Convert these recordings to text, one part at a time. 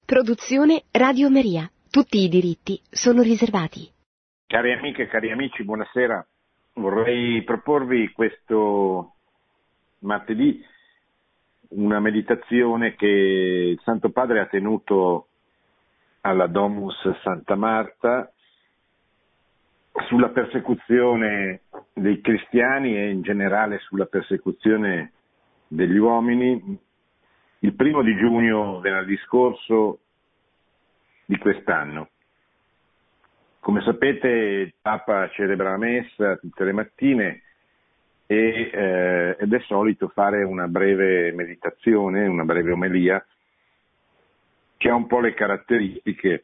Produzione Radio Maria. Tutti i diritti sono riservati. Cari amiche e cari amici, buonasera. Vorrei proporvi questo martedì una meditazione che il Santo Padre ha tenuto alla Domus Santa Marta sulla persecuzione dei cristiani e in generale sulla persecuzione degli uomini il 1 giugno, venerdì scorso di quest'anno. Come sapete, il Papa celebra la messa tutte le mattine ed è solito fare una breve meditazione, una breve omelia, che ha un po' le caratteristiche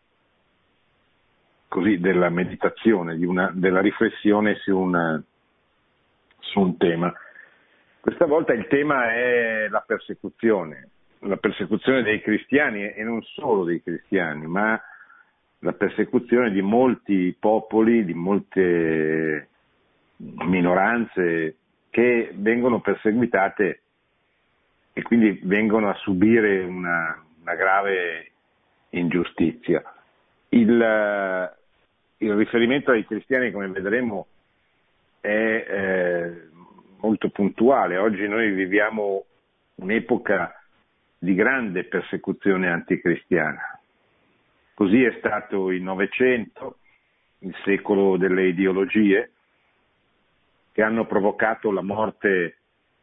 così della meditazione, della riflessione su un tema. Questa volta il tema è la persecuzione dei cristiani e non solo dei cristiani, ma la persecuzione di molti popoli, di molte minoranze che vengono perseguitate e quindi vengono a subire una grave ingiustizia. Il riferimento ai cristiani, come vedremo, è molto puntuale. Oggi noi viviamo un'epoca di grande persecuzione anticristiana. Così è stato il Novecento, il secolo delle ideologie, che hanno provocato la morte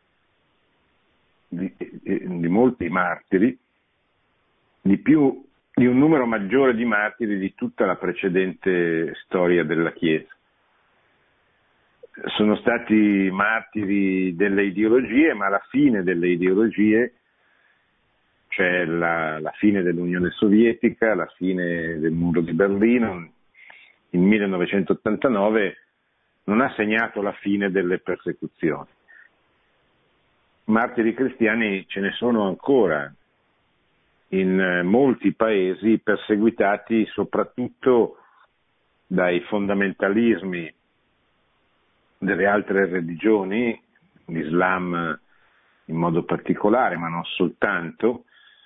di molti martiri, di un numero maggiore di martiri di tutta la precedente storia della Chiesa. Sono stati martiri delle ideologie, ma alla fine delle ideologie, cioè la fine dell'Unione Sovietica, la fine del muro di Berlino, il 1989, non ha segnato la fine delle persecuzioni. Martiri cristiani ce ne sono ancora in molti paesi, perseguitati soprattutto dai fondamentalismi delle altre religioni, l'Islam in modo particolare, ma non soltanto,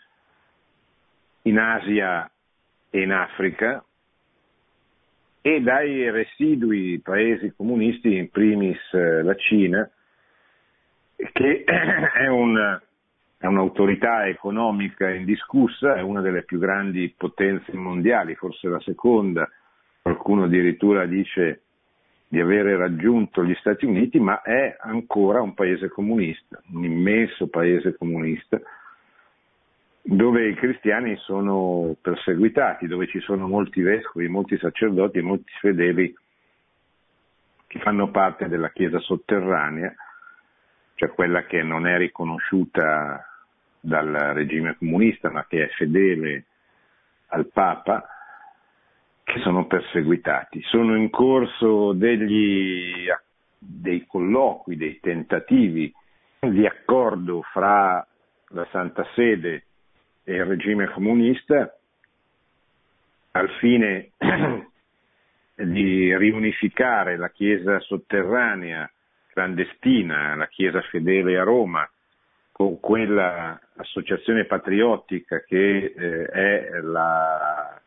in Asia e in Africa, e dai residui paesi comunisti, in primis la Cina, che è un'autorità economica indiscussa, è una delle più grandi potenze mondiali, forse la seconda, qualcuno addirittura dice di avere raggiunto gli Stati Uniti, ma è ancora un paese comunista, un immenso paese comunista, dove i cristiani sono perseguitati, dove ci sono molti vescovi, molti sacerdoti e molti fedeli che fanno parte della Chiesa sotterranea, cioè quella che non è riconosciuta dal regime comunista, ma che è fedele al Papa, che sono perseguitati. Sono in corso dei colloqui, dei tentativi di accordo fra la Santa Sede e il regime comunista al fine di riunificare la Chiesa sotterranea clandestina, la Chiesa fedele a Roma, con quella associazione patriottica che è la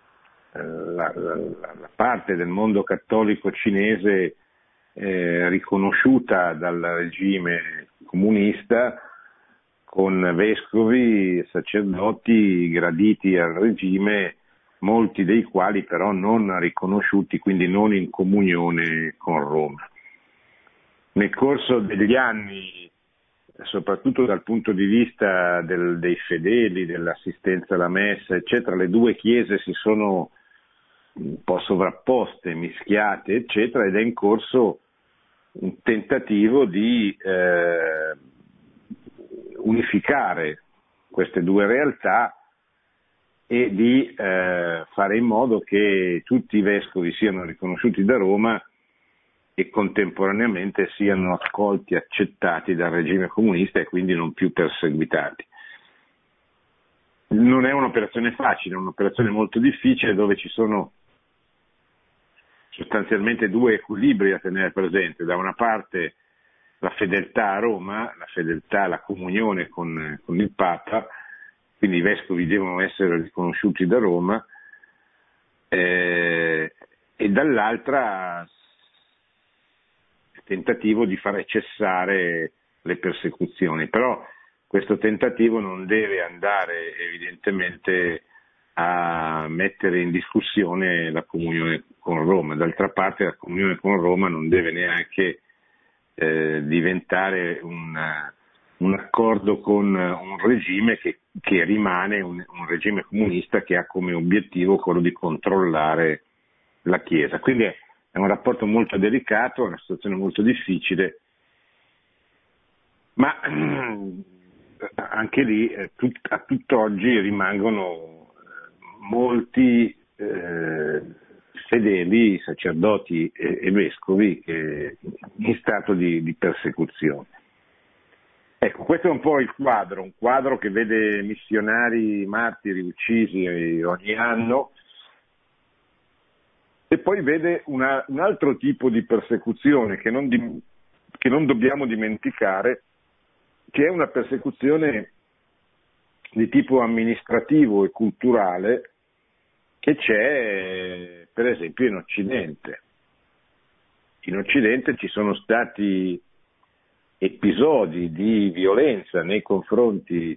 parte del mondo cattolico cinese riconosciuta dal regime comunista, con vescovi e sacerdoti graditi al regime, molti dei quali però non riconosciuti, quindi non in comunione con Roma. Nel corso degli anni, soprattutto dal punto di vista dei fedeli, dell'assistenza alla messa, eccetera, le due chiese si sono un po' sovrapposte, mischiate, eccetera, ed è in corso un tentativo di unificare queste due realtà e di fare in modo che tutti i vescovi siano riconosciuti da Roma e contemporaneamente siano accolti, accettati dal regime comunista e quindi non più perseguitati. Non è un'operazione facile, è un'operazione molto difficile, dove ci sono sostanzialmente due equilibri da tenere presente. Da una parte la fedeltà a Roma, la fedeltà alla comunione con il Papa, quindi i vescovi devono essere riconosciuti da Roma, e dall'altra il tentativo di fare cessare le persecuzioni, però questo tentativo non deve andare evidentemente a mettere in discussione la comunione con Roma. D'altra parte la comunione con Roma non deve neanche diventare un accordo con un regime che rimane un regime comunista che ha come obiettivo quello di controllare la Chiesa. Quindi è un rapporto molto delicato, è una situazione molto difficile, ma anche lì a tutt'oggi rimangono molti fedeli, sacerdoti e vescovi in stato di persecuzione. Ecco, questo è un po' il quadro, un quadro che vede missionari martiri uccisi ogni anno, e poi vede un altro tipo di persecuzione che non dobbiamo dimenticare, che è una persecuzione di tipo amministrativo e culturale che c'è per esempio in Occidente. In Occidente ci sono stati episodi di violenza nei confronti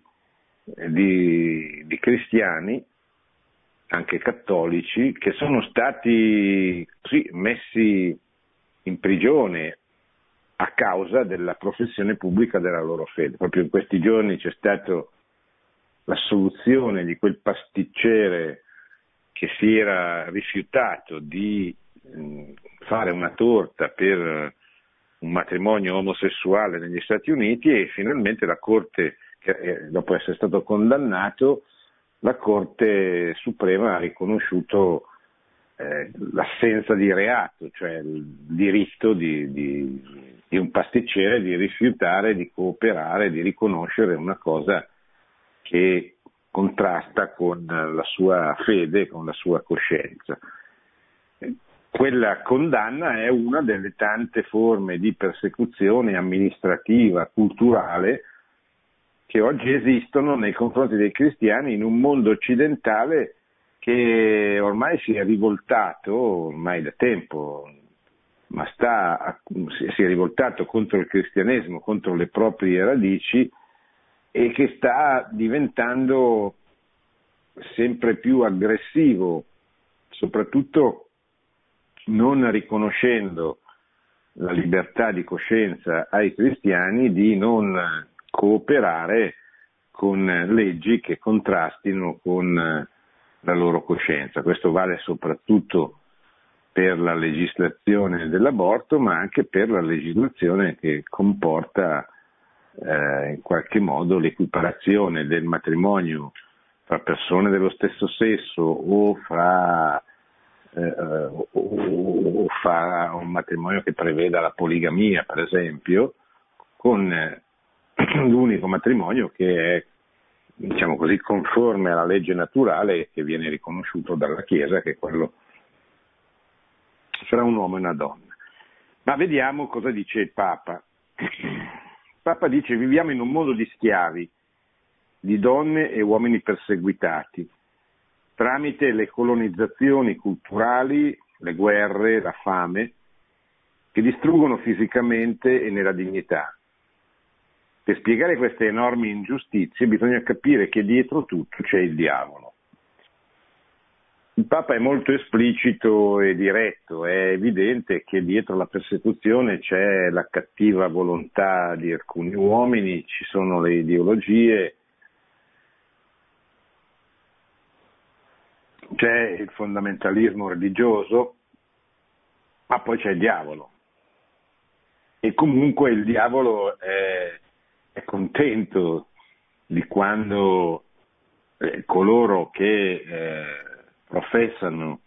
di cristiani, anche cattolici, che sono stati messi in prigione a causa della professione pubblica della loro fede. Proprio in questi giorni c'è stata l'assoluzione di quel pasticcere che si era rifiutato di fare una torta per un matrimonio omosessuale negli Stati Uniti, e finalmente la Corte, dopo essere stato condannato, la Corte Suprema ha riconosciuto l'assenza di reato, cioè il diritto di un pasticcere di rifiutare di cooperare, di riconoscere una cosa che contrasta con la sua fede, con la sua coscienza. Quella condanna è una delle tante forme di persecuzione amministrativa, culturale, che oggi esistono nei confronti dei cristiani in un mondo occidentale che ormai si è rivoltato, ormai da tempo, ma si è rivoltato contro il cristianesimo, contro le proprie radici, e che sta diventando sempre più aggressivo, soprattutto non riconoscendo la libertà di coscienza ai cristiani di non cooperare con leggi che contrastino con la loro coscienza. Questo vale soprattutto per la legislazione dell'aborto, ma anche per la legislazione che comporta in qualche modo l'equiparazione del matrimonio fra persone dello stesso sesso o fra un matrimonio che preveda la poligamia, per esempio, con l'unico matrimonio che è, diciamo così, conforme alla legge naturale e che viene riconosciuto dalla Chiesa, che è quello fra un uomo e una donna. Ma vediamo cosa dice il Papa. Il Papa dice: viviamo in un mondo di schiavi, di donne e uomini perseguitati, tramite le colonizzazioni culturali, le guerre, la fame, che distruggono fisicamente e nella dignità. Per spiegare queste enormi ingiustizie bisogna capire che dietro tutto c'è il diavolo. Il Papa è molto esplicito e diretto, è evidente che dietro la persecuzione c'è la cattiva volontà di alcuni uomini, ci sono le ideologie, c'è il fondamentalismo religioso, ma poi c'è il diavolo. E comunque il diavolo è contento di quando coloro che professano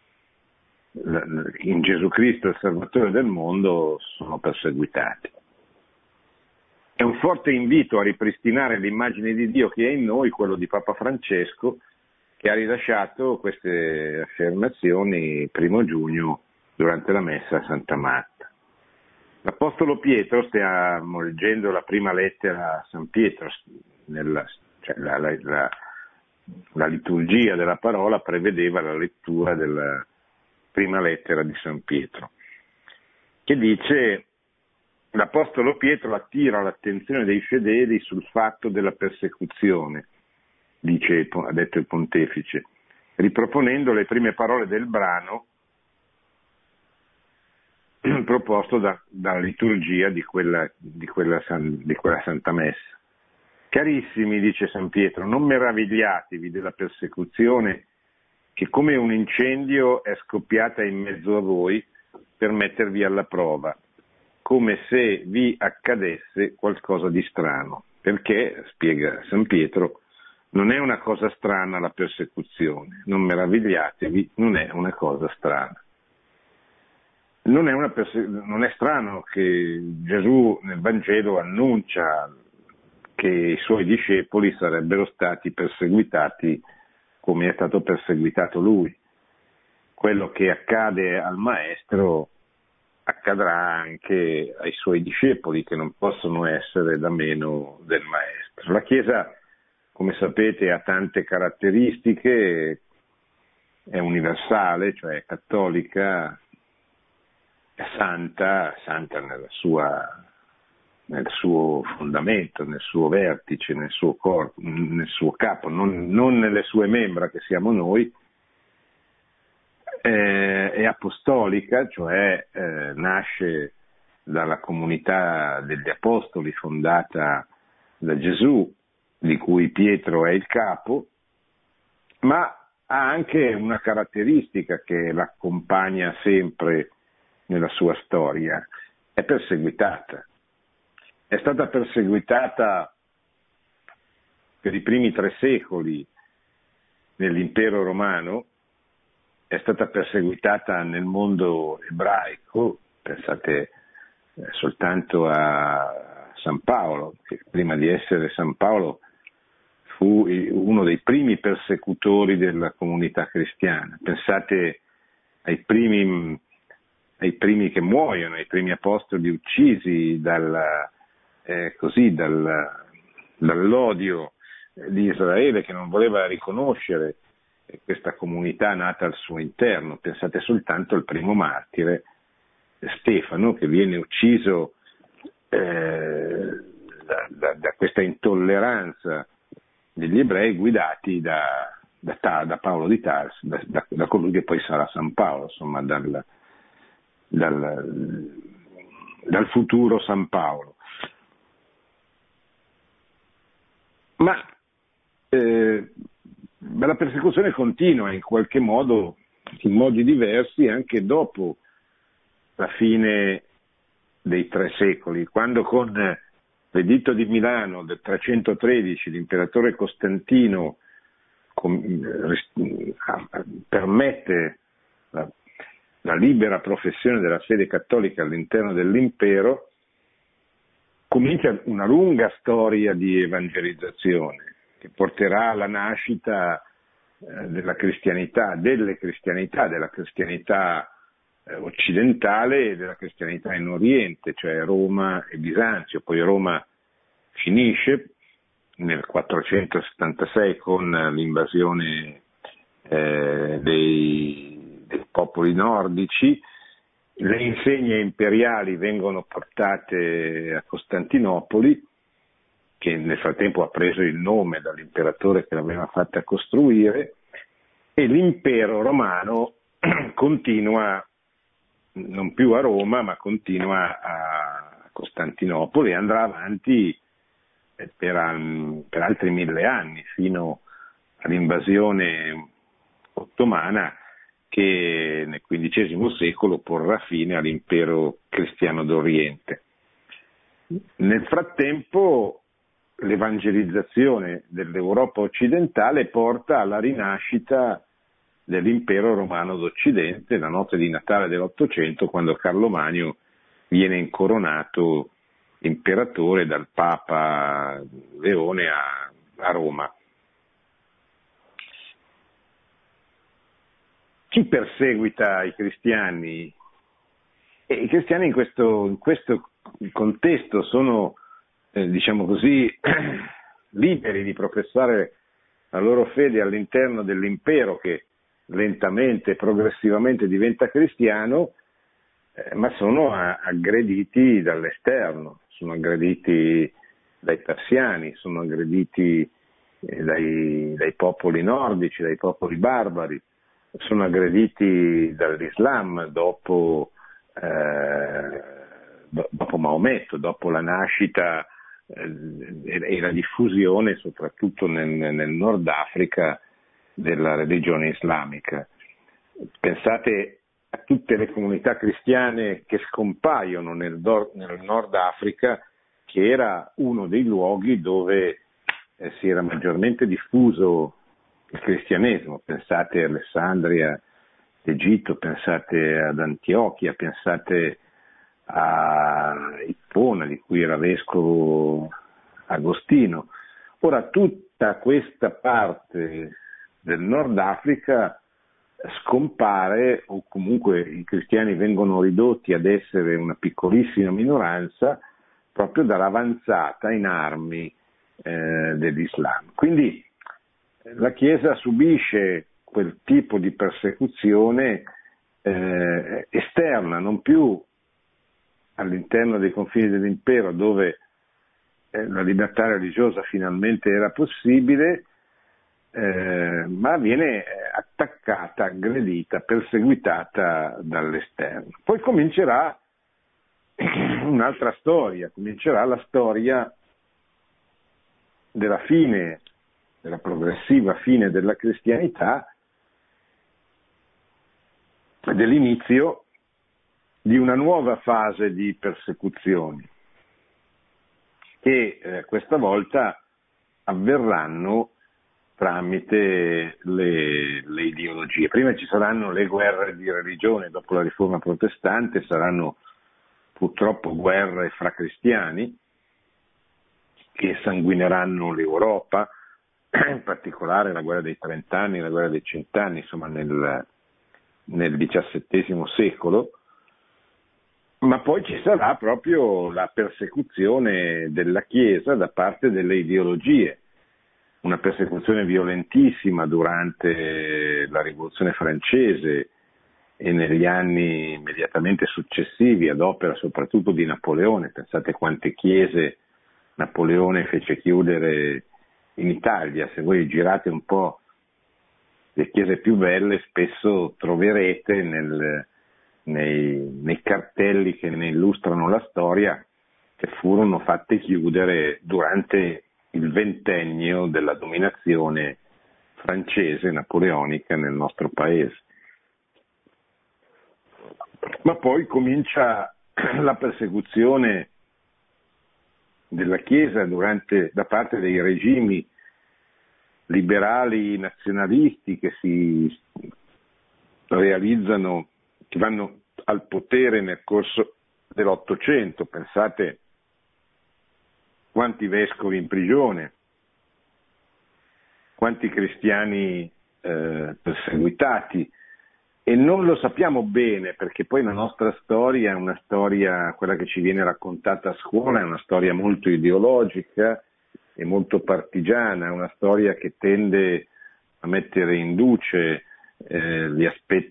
in Gesù Cristo il Salvatore del mondo sono perseguitati. È un forte invito a ripristinare l'immagine di Dio che è in noi, quello di Papa Francesco, che ha rilasciato queste affermazioni il 1 giugno durante la messa a Santa Marta. L'Apostolo Pietro, stiamo leggendo la prima lettera a San Pietro, la liturgia della parola prevedeva la lettura della prima lettera di San Pietro, che dice: l'Apostolo Pietro attira l'attenzione dei fedeli sul fatto della persecuzione, ha detto il pontefice, riproponendo le prime parole del brano proposto dalla liturgia di quella Santa Messa. Carissimi, dice San Pietro, non meravigliatevi della persecuzione che come un incendio è scoppiata in mezzo a voi per mettervi alla prova, come se vi accadesse qualcosa di strano, perché, spiega San Pietro, non è una cosa strana la persecuzione, non meravigliatevi, non è una cosa strana. Non è strano che Gesù nel Vangelo annuncia che i suoi discepoli sarebbero stati perseguitati come è stato perseguitato lui. Quello che accade al Maestro accadrà anche ai suoi discepoli, che non possono essere da meno del Maestro. La Chiesa, come sapete, ha tante caratteristiche, è universale, cioè è cattolica, è santa nel suo fondamento, nel suo vertice, nel suo corpo, nel suo capo, non nelle sue membra che siamo noi. È apostolica, cioè nasce dalla comunità degli apostoli fondata da Gesù, di cui Pietro è il capo, ma ha anche una caratteristica che l'accompagna sempre nella sua storia: è perseguitata. È stata perseguitata per i primi 3 secoli nell'impero romano, è stata perseguitata nel mondo ebraico, pensate soltanto a San Paolo, che prima di essere San Paolo fu uno dei primi persecutori della comunità cristiana. Pensate ai primi che muoiono, ai primi apostoli uccisi dall'odio di Israele, che non voleva riconoscere questa comunità nata al suo interno. Pensate soltanto al primo martire, Stefano, che viene ucciso da questa intolleranza degli ebrei guidati da Paolo di Tarso, da colui che poi sarà San Paolo, insomma dal futuro San Paolo. Ma la persecuzione continua in qualche modo, in modi diversi, anche dopo la fine dei 3 secoli, quando con l'editto di Milano del 313 l'imperatore Costantino permette la libera professione della fede cattolica all'interno dell'impero, comincia una lunga storia di evangelizzazione che porterà alla nascita della cristianità occidentale e della cristianità in Oriente, cioè Roma e Bisanzio. Poi Roma finisce nel 476 con l'invasione dei popoli nordici. Le insegne imperiali vengono portate a Costantinopoli, che nel frattempo ha preso il nome dall'imperatore che l'aveva fatta costruire, e l'impero romano continua non più a Roma, ma continua a Costantinopoli e andrà avanti per altri 1000 anni, fino all'invasione ottomana, che nel XV secolo porrà fine all'impero cristiano d'Oriente. Nel frattempo l'evangelizzazione dell'Europa occidentale porta alla rinascita dell'impero romano d'Occidente, la notte di Natale dell'Ottocento, quando Carlo Magno viene incoronato imperatore dal Papa Leone a Roma. Chi perseguita i cristiani? I cristiani in questo contesto sono, diciamo così, liberi di professare la loro fede all'interno dell'impero che lentamente, progressivamente diventa cristiano, ma sono aggrediti dall'esterno, sono aggrediti dai persiani, sono aggrediti dai popoli nordici, dai popoli barbari, sono aggrediti dall'Islam dopo Maometto, dopo la nascita e la diffusione soprattutto nel Nord Africa della religione islamica. Pensate a tutte le comunità cristiane che scompaiono nel Nord Africa, che era uno dei luoghi dove si era maggiormente diffuso il cristianesimo. Pensate a Alessandria d'Egitto, pensate ad Antiochia, pensate a Ippona, di cui era vescovo Agostino. Ora, tutta questa parte del Nord Africa scompare, o comunque i cristiani vengono ridotti ad essere una piccolissima minoranza proprio dall'avanzata in armi dell'Islam. Quindi la Chiesa subisce quel tipo di persecuzione esterna, non più all'interno dei confini dell'impero, dove la libertà religiosa finalmente era possibile, ma viene attaccata, aggredita, perseguitata dall'esterno. Poi comincerà un'altra storia, comincerà la storia della fine, della progressiva fine della cristianità, e dell'inizio di una nuova fase di persecuzioni che questa volta avverranno tramite le ideologie. Prima ci saranno le guerre di religione, dopo la riforma protestante saranno purtroppo guerre fra cristiani che sanguineranno l'Europa, in particolare la guerra dei 30 anni, la guerra dei 100 anni, insomma nel XVII secolo, ma poi ci sarà proprio la persecuzione della Chiesa da parte delle ideologie, una persecuzione violentissima durante la Rivoluzione francese e negli anni immediatamente successivi ad opera soprattutto di Napoleone. Pensate quante chiese Napoleone fece chiudere in Italia. Se voi girate un po' le chiese più belle, spesso troverete nei cartelli che ne illustrano la storia che furono fatte chiudere durante il ventennio della dominazione francese napoleonica nel nostro paese. Ma poi comincia la persecuzione della Chiesa da parte dei regimi liberali nazionalisti che si realizzano, che vanno al potere nel corso dell'Ottocento. Pensate quanti vescovi in prigione, quanti cristiani perseguitati, e non lo sappiamo bene perché poi la nostra storia è una storia, quella che ci viene raccontata a scuola, è una storia molto ideologica e molto partigiana, è una storia che tende a mettere in luce gli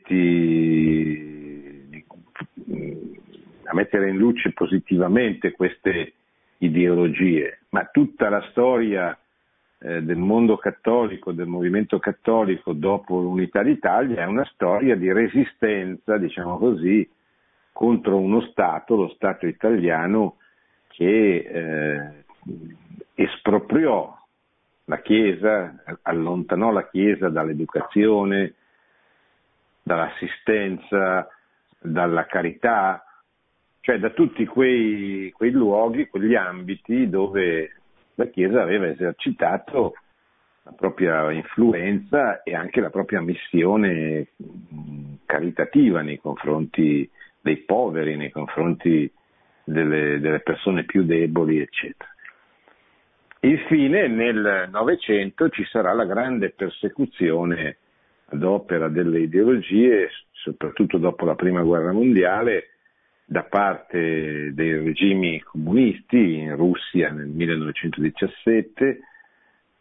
aspetti, a mettere in luce positivamente queste ideologie, ma tutta la storia del mondo cattolico, del movimento cattolico dopo l'unità d'Italia è una storia di resistenza, diciamo così, contro uno Stato, lo Stato italiano, che espropriò la Chiesa, allontanò la Chiesa dall'educazione, dall'assistenza, dalla carità, cioè da tutti quei luoghi, quegli ambiti dove la Chiesa aveva esercitato la propria influenza e anche la propria missione caritativa nei confronti dei poveri, nei confronti delle persone più deboli, eccetera. Infine nel Novecento ci sarà la grande persecuzione ad opera delle ideologie, soprattutto dopo la Prima Guerra Mondiale, da parte dei regimi comunisti in Russia nel 1917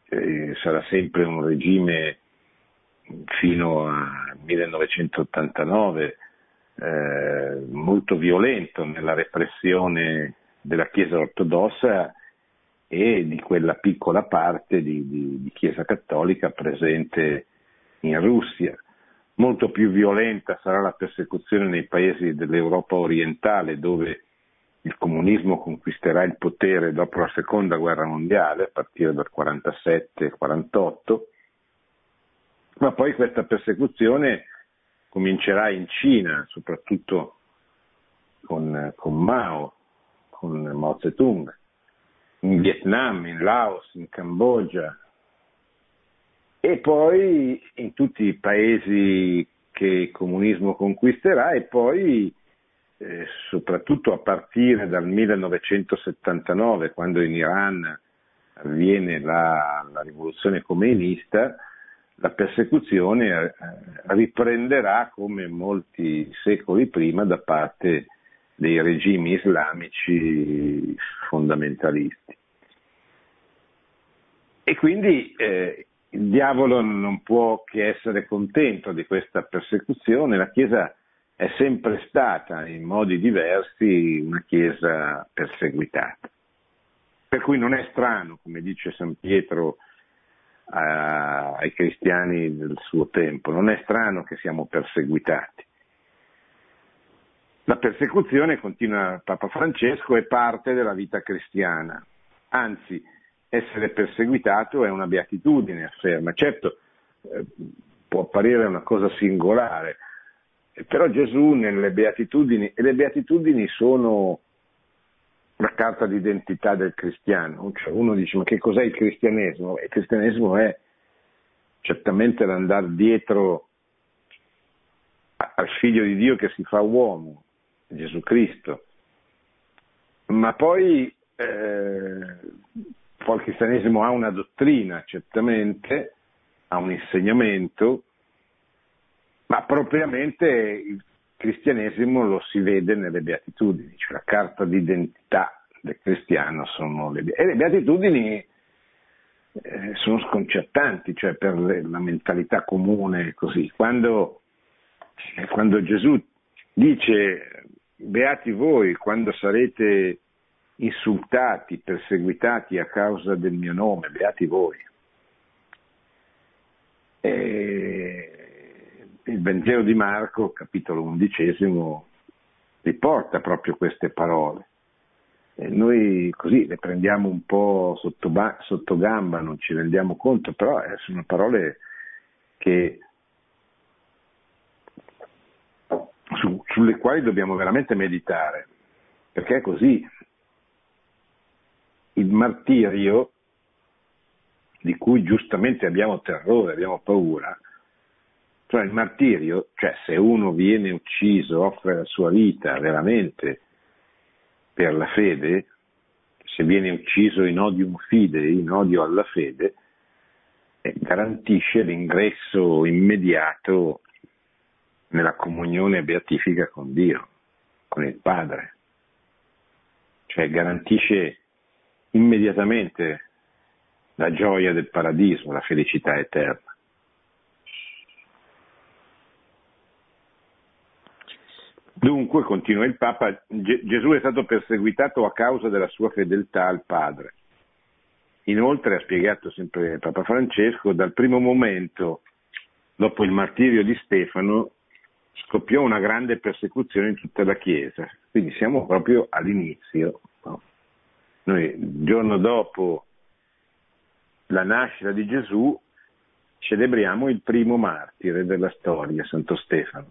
sarà sempre un regime fino al 1989 molto violento nella repressione della Chiesa ortodossa e di quella piccola parte di Chiesa cattolica presente in Russia. Molto più violenta sarà la persecuzione nei paesi dell'Europa orientale, dove il comunismo conquisterà il potere dopo la seconda guerra mondiale, a partire dal 47-48, ma poi questa persecuzione comincerà in Cina, soprattutto con Mao Zedong, in Vietnam, in Laos, in Cambogia, e poi in tutti i paesi che il comunismo conquisterà, e poi soprattutto a partire dal 1979, quando in Iran avviene la rivoluzione khomeinista, la persecuzione riprenderà come molti secoli prima da parte dei regimi islamici fondamentalisti. E quindi il diavolo non può che essere contento di questa persecuzione. La Chiesa è sempre stata, in modi diversi, una Chiesa perseguitata. Per cui non è strano, come dice San Pietro ai cristiani del suo tempo, non è strano che siamo perseguitati. La persecuzione, continua Papa Francesco, è parte della vita cristiana, anzi essere perseguitato è una beatitudine, afferma. Certo, può apparire una cosa singolare, però Gesù nelle beatitudini, e le beatitudini sono la carta d'identità del cristiano, cioè uno dice ma che cos'è il cristianesimo? Il cristianesimo è certamente l'andare dietro al figlio di Dio che si fa uomo, Gesù Cristo, ma poi il cristianesimo ha una dottrina, certamente, ha un insegnamento, ma propriamente il cristianesimo lo si vede nelle beatitudini, cioè la carta d'identità del cristiano sono le beatitudini. E le beatitudini sono sconcertanti, cioè per la mentalità comune così. Quando Gesù dice beati voi quando sarete insultati, perseguitati a causa del mio nome, beati voi. Il Vangelo di Marco, capitolo 11, riporta proprio queste parole. E noi così le prendiamo un po' sotto gamba, non ci rendiamo conto, però sono parole che sulle quali dobbiamo veramente meditare, perché è così. Il martirio, di cui giustamente abbiamo terrore, abbiamo paura, cioè il martirio, cioè se uno viene ucciso, offre la sua vita veramente per la fede, se viene ucciso in odium fidei, in odio alla fede, garantisce l'ingresso immediato nella comunione beatifica con Dio, con il Padre, cioè garantisce immediatamente la gioia del paradiso, la felicità eterna. Dunque, continua il Papa, Gesù è stato perseguitato a causa della sua fedeltà al Padre. Inoltre, ha spiegato sempre Papa Francesco, dal primo momento, dopo il martirio di Stefano, scoppiò una grande persecuzione in tutta la Chiesa. Quindi siamo proprio all'inizio. No? Noi, il giorno dopo la nascita di Gesù, celebriamo il primo martire della storia, Santo Stefano.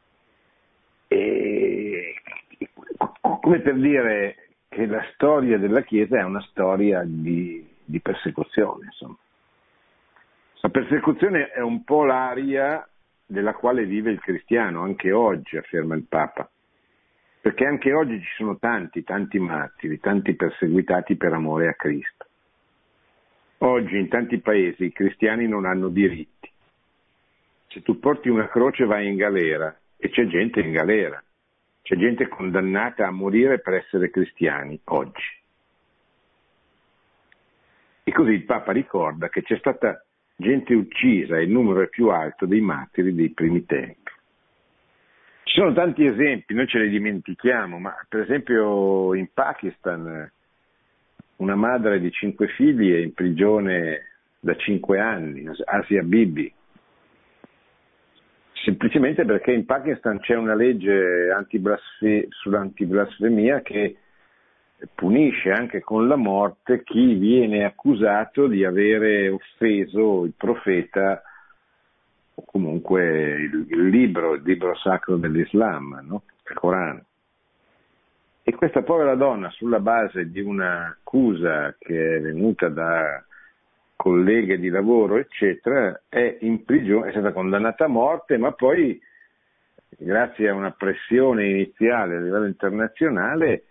E come per dire che la storia della Chiesa è una storia di persecuzione, insomma. La persecuzione è un po' l'aria della quale vive il cristiano, anche oggi, afferma il Papa, perché anche oggi ci sono tanti martiri, tanti perseguitati per amore a Cristo. Oggi in tanti paesi i cristiani non hanno diritti. Se tu porti una croce vai in galera, e c'è gente in galera, c'è gente condannata a morire per essere cristiani oggi. E così il Papa ricorda che c'è stata gente uccisa e il numero è più alto dei martiri dei primi tempi. Ci sono tanti esempi, noi ce li dimentichiamo, ma per esempio in Pakistan una madre di 5 figli è in prigione da 5 anni, Asia Bibi, semplicemente perché in Pakistan c'è una legge sull'antiblasfemia che punisce anche con la morte chi viene accusato di avere offeso il profeta o comunque il libro sacro dell'Islam, no? Il Corano. E questa povera donna, sulla base di un'accusa che è venuta da colleghe di lavoro, eccetera, è in prigione, è stata condannata a morte, ma poi, grazie a una pressione iniziale a livello internazionale,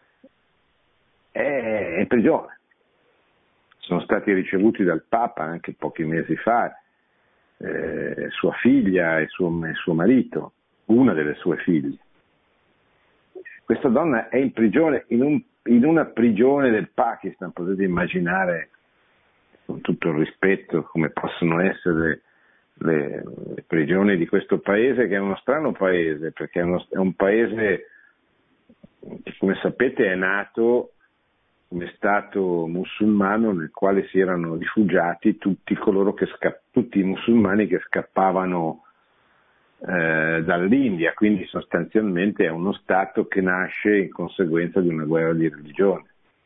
è in prigione. Sono stati ricevuti dal Papa anche pochi mesi fa, sua figlia e suo marito, una delle sue figlie. Questa donna è in prigione, in una prigione del Pakistan, potete immaginare, con tutto il rispetto, come possono essere le prigioni di questo paese, che è uno strano paese, perché è un paese che, come sapete, è nato come stato musulmano nel quale si erano rifugiati tutti i musulmani che scappavano dall'India, quindi sostanzialmente è uno stato che nasce in conseguenza di una guerra di religione.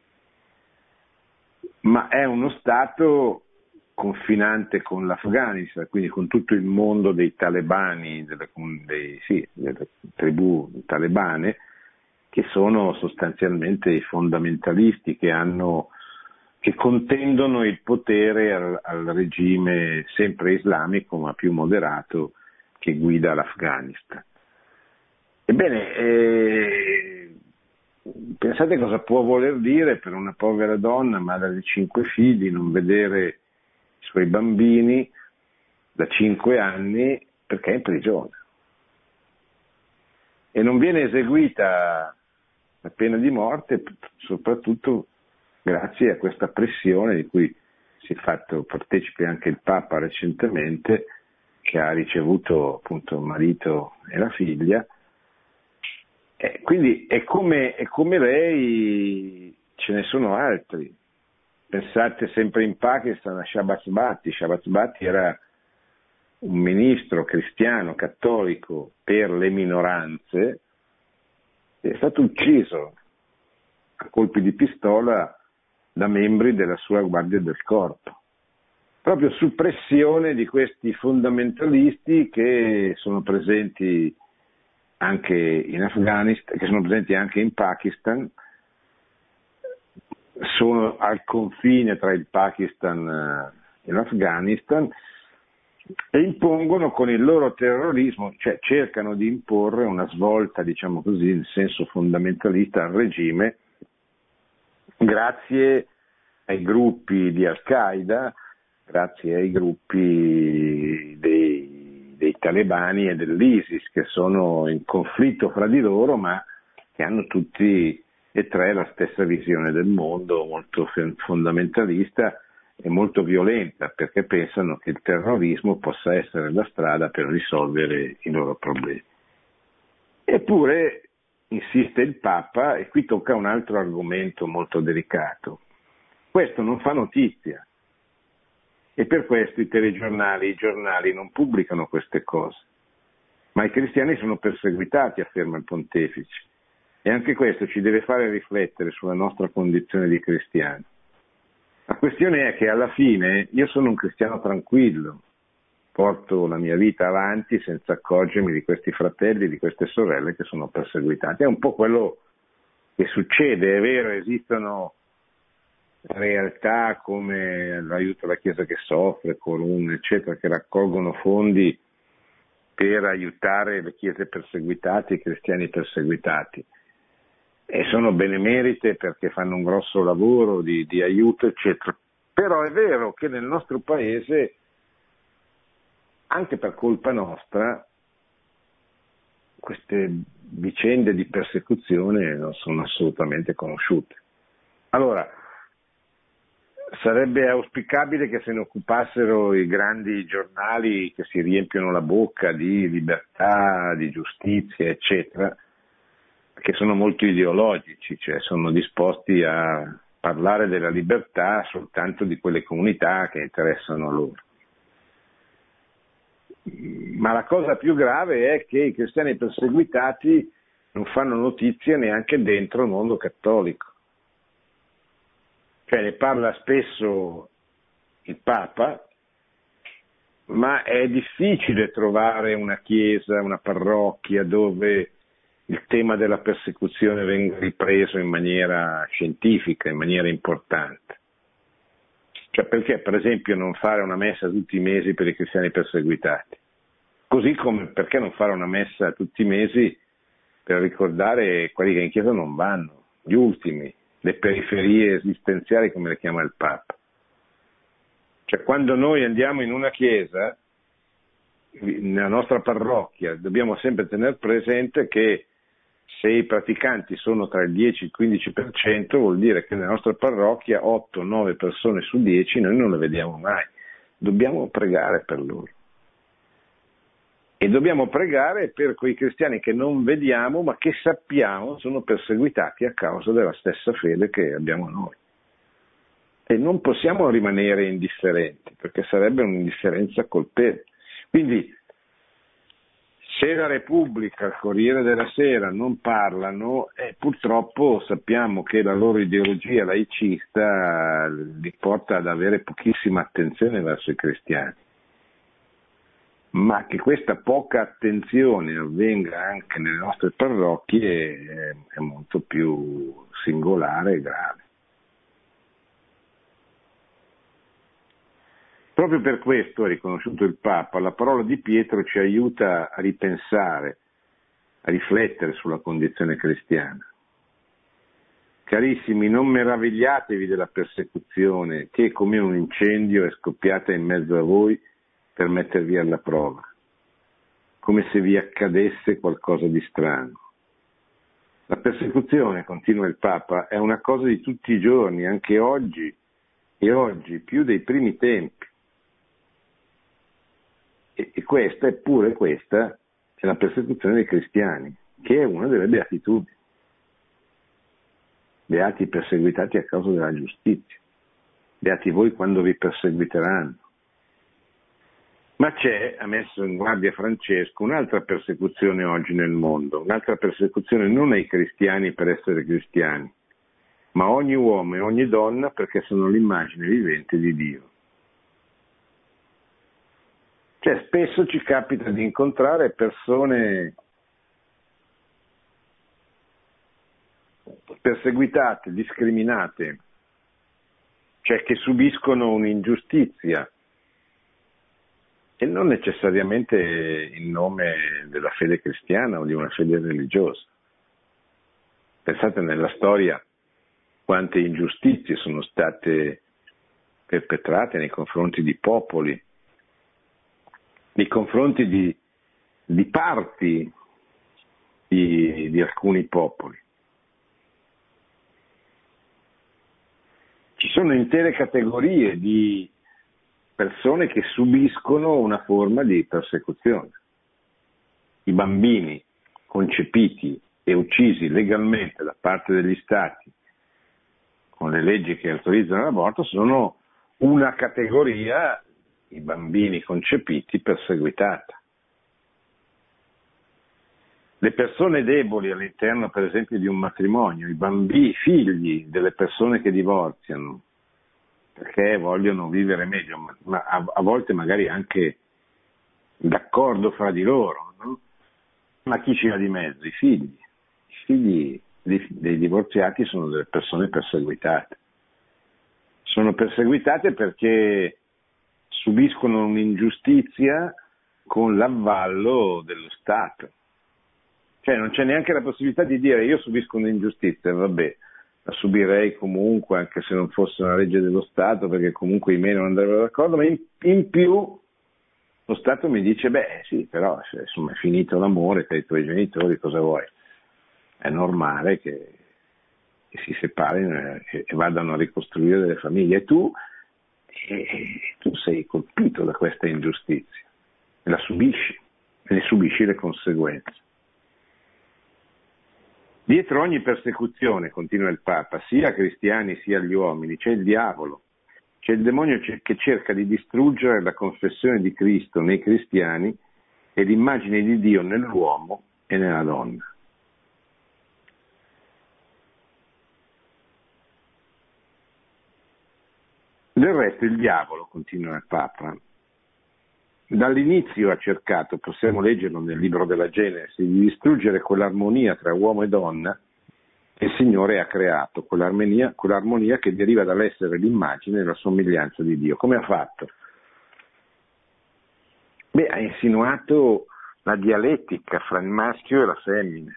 Ma è uno stato confinante con l'Afghanistan, quindi con tutto il mondo dei talebani, delle tribù talebane, che sono sostanzialmente i fondamentalisti che contendono il potere al regime sempre islamico ma più moderato che guida l'Afghanistan. Ebbene, pensate cosa può voler dire per una povera donna, madre di 5 figli, non vedere i suoi bambini da 5 anni perché è in prigione. E non viene eseguita la pena di morte soprattutto grazie a questa pressione di cui si è fatto partecipe anche il Papa recentemente, che ha ricevuto appunto il marito e la figlia. Quindi è come lei, ce ne sono altri. Pensate sempre in Pakistan a Shahbaz Bhatti. Shahbaz Bhatti era un ministro cristiano cattolico per le minoranze, è stato ucciso a colpi di pistola da membri della sua guardia del corpo, proprio su pressione di questi fondamentalisti che sono presenti anche in Afghanistan, che sono presenti anche in Pakistan, sono al confine tra il Pakistan e l'Afghanistan e impongono con il loro terrorismo, cioè cercano di imporre una svolta, diciamo così, in senso fondamentalista al regime, grazie ai gruppi di Al-Qaeda, grazie ai gruppi dei talebani e dell'ISIS, che sono in conflitto fra di loro, ma che hanno tutti e tre la stessa visione del mondo, molto fondamentalista e molto violenta, perché pensano che il terrorismo possa essere la strada per risolvere i loro problemi. Eppure insiste il Papa, e qui tocca un altro argomento molto delicato. Questo non fa notizia e per questo i telegiornali, i giornali non pubblicano queste cose. Ma i cristiani sono perseguitati, afferma il pontefice, e anche questo ci deve fare riflettere sulla nostra condizione di cristiani. La questione è che alla fine io sono un cristiano tranquillo, porto la mia vita avanti senza accorgermi di questi fratelli, di queste sorelle che sono perseguitati. È un po' quello che succede, è vero, esistono realtà come l'aiuto alla Chiesa che soffre, Corun, eccetera, che raccolgono fondi per aiutare le chiese perseguitate, i cristiani perseguitati. E sono benemerite perché fanno un grosso lavoro di aiuto, eccetera. Però è vero che nel nostro paese, anche per colpa nostra, queste vicende di persecuzione non sono assolutamente conosciute. Allora, sarebbe auspicabile che se ne occupassero i grandi giornali che si riempiono la bocca di libertà, di giustizia, eccetera, che sono molto ideologici, cioè sono disposti a parlare della libertà soltanto di quelle comunità che interessano a loro. Ma la cosa più grave è che i cristiani perseguitati non fanno notizia neanche dentro il mondo cattolico. Cioè ne parla spesso il Papa, ma è difficile trovare una chiesa, una parrocchia dove il tema della persecuzione venga ripreso in maniera scientifica, in maniera importante. Cioè perché per esempio non fare una messa tutti i mesi per i cristiani perseguitati? Così come perché non fare una messa tutti i mesi per ricordare quelli che in chiesa non vanno, gli ultimi, le periferie esistenziali come le chiama il Papa. Cioè quando noi andiamo in una chiesa, nella nostra parrocchia, dobbiamo sempre tenere presente che se i praticanti sono tra il 10 e il 15%, vuol dire che nella nostra parrocchia 8-9 persone su 10 noi non le vediamo mai. Dobbiamo pregare per loro. E dobbiamo pregare per quei cristiani che non vediamo, ma che sappiamo sono perseguitati a causa della stessa fede che abbiamo noi. E non possiamo rimanere indifferenti, perché sarebbe un'indifferenza colpevole. Quindi, se la Repubblica, il Corriere della Sera non parlano, purtroppo sappiamo che la loro ideologia laicista li porta ad avere pochissima attenzione verso i cristiani. Ma che questa poca attenzione avvenga anche nelle nostre parrocchie è molto più singolare e grave. Proprio per questo, ha riconosciuto il Papa, la parola di Pietro ci aiuta a ripensare, a riflettere sulla condizione cristiana. Carissimi, non meravigliatevi della persecuzione che come un incendio è scoppiata in mezzo a voi per mettervi alla prova, come se vi accadesse qualcosa di strano. La persecuzione, continua il Papa, è una cosa di tutti i giorni, anche oggi, e oggi più dei primi tempi. E questa è la persecuzione dei cristiani, che è una delle beatitudini. Beati i perseguitati a causa della giustizia, beati voi quando vi perseguiteranno. Ma c'è, ha messo in guardia Francesco, un'altra persecuzione oggi nel mondo, un'altra persecuzione non ai cristiani per essere cristiani, ma a ogni uomo e ogni donna perché sono l'immagine vivente di Dio. Cioè spesso ci capita di incontrare persone perseguitate, discriminate, cioè che subiscono un'ingiustizia e non necessariamente in nome della fede cristiana o di una fede religiosa. Pensate nella storia quante ingiustizie sono state perpetrate nei confronti di popoli, nei confronti di parti di alcuni popoli. Ci sono intere categorie di persone che subiscono una forma di persecuzione. I bambini concepiti e uccisi legalmente da parte degli stati con le leggi che autorizzano l'aborto sono una categoria, i bambini concepiti, perseguitata. Le persone deboli all'interno, per esempio, di un matrimonio, i bambini, i figli delle persone che divorziano, perché vogliono vivere meglio, ma a volte magari anche d'accordo fra di loro, no? Ma chi ci va di mezzo? I figli. I figli dei divorziati sono delle persone perseguitate. Sono perseguitate perché subiscono un'ingiustizia con l'avvallo dello Stato. Cioè non c'è neanche la possibilità di dire io subisco un'ingiustizia, vabbè, la subirei comunque anche se non fosse una legge dello Stato, perché comunque i miei non andrebbero d'accordo, ma in più lo Stato mi dice, beh sì, però insomma è finito l'amore tra i tuoi genitori, cosa vuoi? È normale che si separino e vadano a ricostruire delle famiglie. E tu sei colpito da questa ingiustizia e la subisci, e ne subisci le conseguenze. Dietro ogni persecuzione, continua il Papa, sia a cristiani sia agli uomini, c'è il diavolo, c'è il demonio che cerca di distruggere la confessione di Cristo nei cristiani e l'immagine di Dio nell'uomo e nella donna. Del resto il diavolo, continua il Papa, dall'inizio ha cercato, possiamo leggerlo nel libro della Genesi, di distruggere quell'armonia tra uomo e donna che il Signore ha creato, quell'armonia che deriva dall'essere l'immagine e la somiglianza di Dio. Come ha fatto? Ha insinuato la dialettica fra il maschio e la femmina.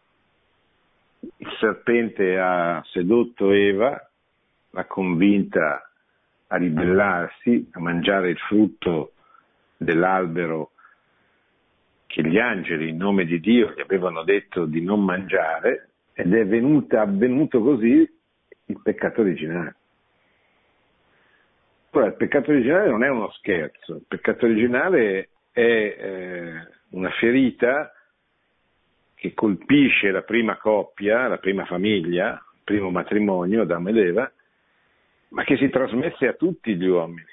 Il serpente ha sedotto Eva, l'ha convinta a ribellarsi, a mangiare il frutto dell'albero che gli angeli in nome di Dio gli avevano detto di non mangiare, ed è avvenuto così il peccato originale. Ora, il peccato originale non è uno scherzo, il peccato originale è una ferita che colpisce la prima coppia, la prima famiglia, il primo matrimonio, Adamo ed Eva, ma che si trasmette a tutti gli uomini.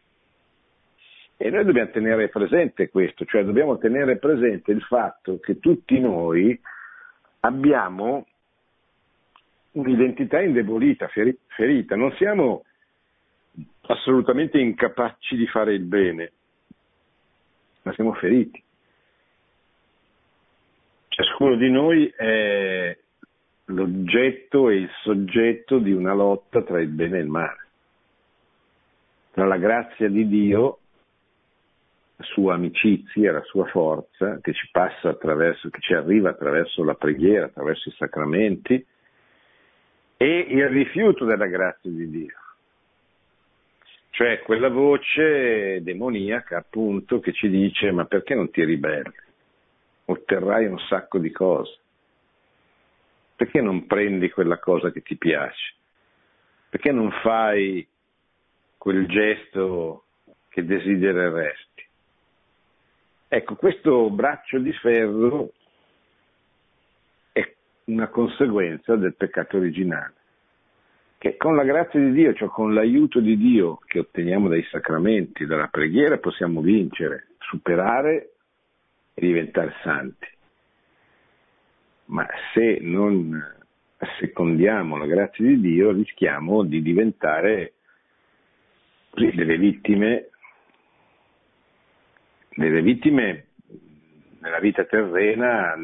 E noi dobbiamo tenere presente questo, cioè dobbiamo tenere presente il fatto che tutti noi abbiamo un'identità indebolita, ferita, non siamo assolutamente incapaci di fare il bene, ma siamo feriti. Ciascuno di noi è l'oggetto e il soggetto di una lotta tra il bene e il male, tra la grazia di Dio, la sua amicizia, la sua forza che ci passa attraverso, che ci arriva attraverso la preghiera, attraverso i sacramenti, e il rifiuto della grazia di Dio, cioè quella voce demoniaca appunto che ci dice: ma perché non ti ribelli? Otterrai un sacco di cose. Perché non prendi quella cosa che ti piace? Perché non fai quel gesto che desidereresti? Ecco, questo braccio di ferro è una conseguenza del peccato originale, che con la grazia di Dio, cioè con l'aiuto di Dio che otteniamo dai sacramenti, dalla preghiera, possiamo vincere, superare e diventare santi. Ma se non assecondiamo la grazia di Dio rischiamo di diventare delle vittime nella vita terrena.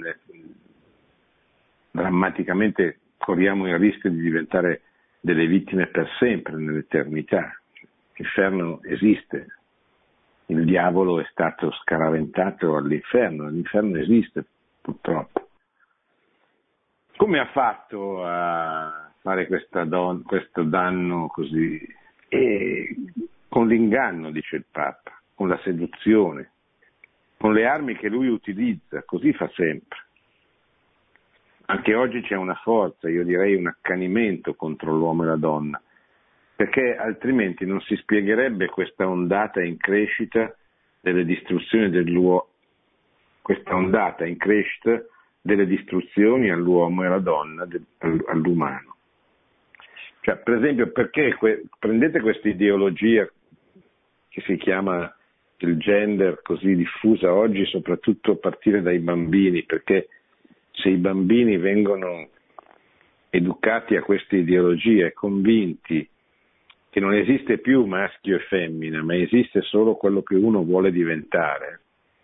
Drammaticamente corriamo il rischio di diventare delle vittime per sempre nell'eternità. L'inferno esiste, il diavolo è stato scaraventato all'inferno, l'inferno esiste purtroppo. Come ha fatto a fare questo danno così? Con l'inganno, dice il Papa, con la seduzione, con le armi che lui utilizza, così fa sempre. Anche oggi c'è una forza, io direi un accanimento contro l'uomo e la donna, perché altrimenti non si spiegherebbe questa ondata in crescita delle distruzioni questa ondata in crescita delle distruzioni all'uomo e alla donna, all'umano. Cioè, per esempio, perché prendete questa ideologia che si chiama il gender, così diffusa oggi, soprattutto a partire dai bambini, perché se i bambini vengono educati a queste ideologie, convinti che non esiste più maschio e femmina, ma esiste solo quello che uno vuole diventare,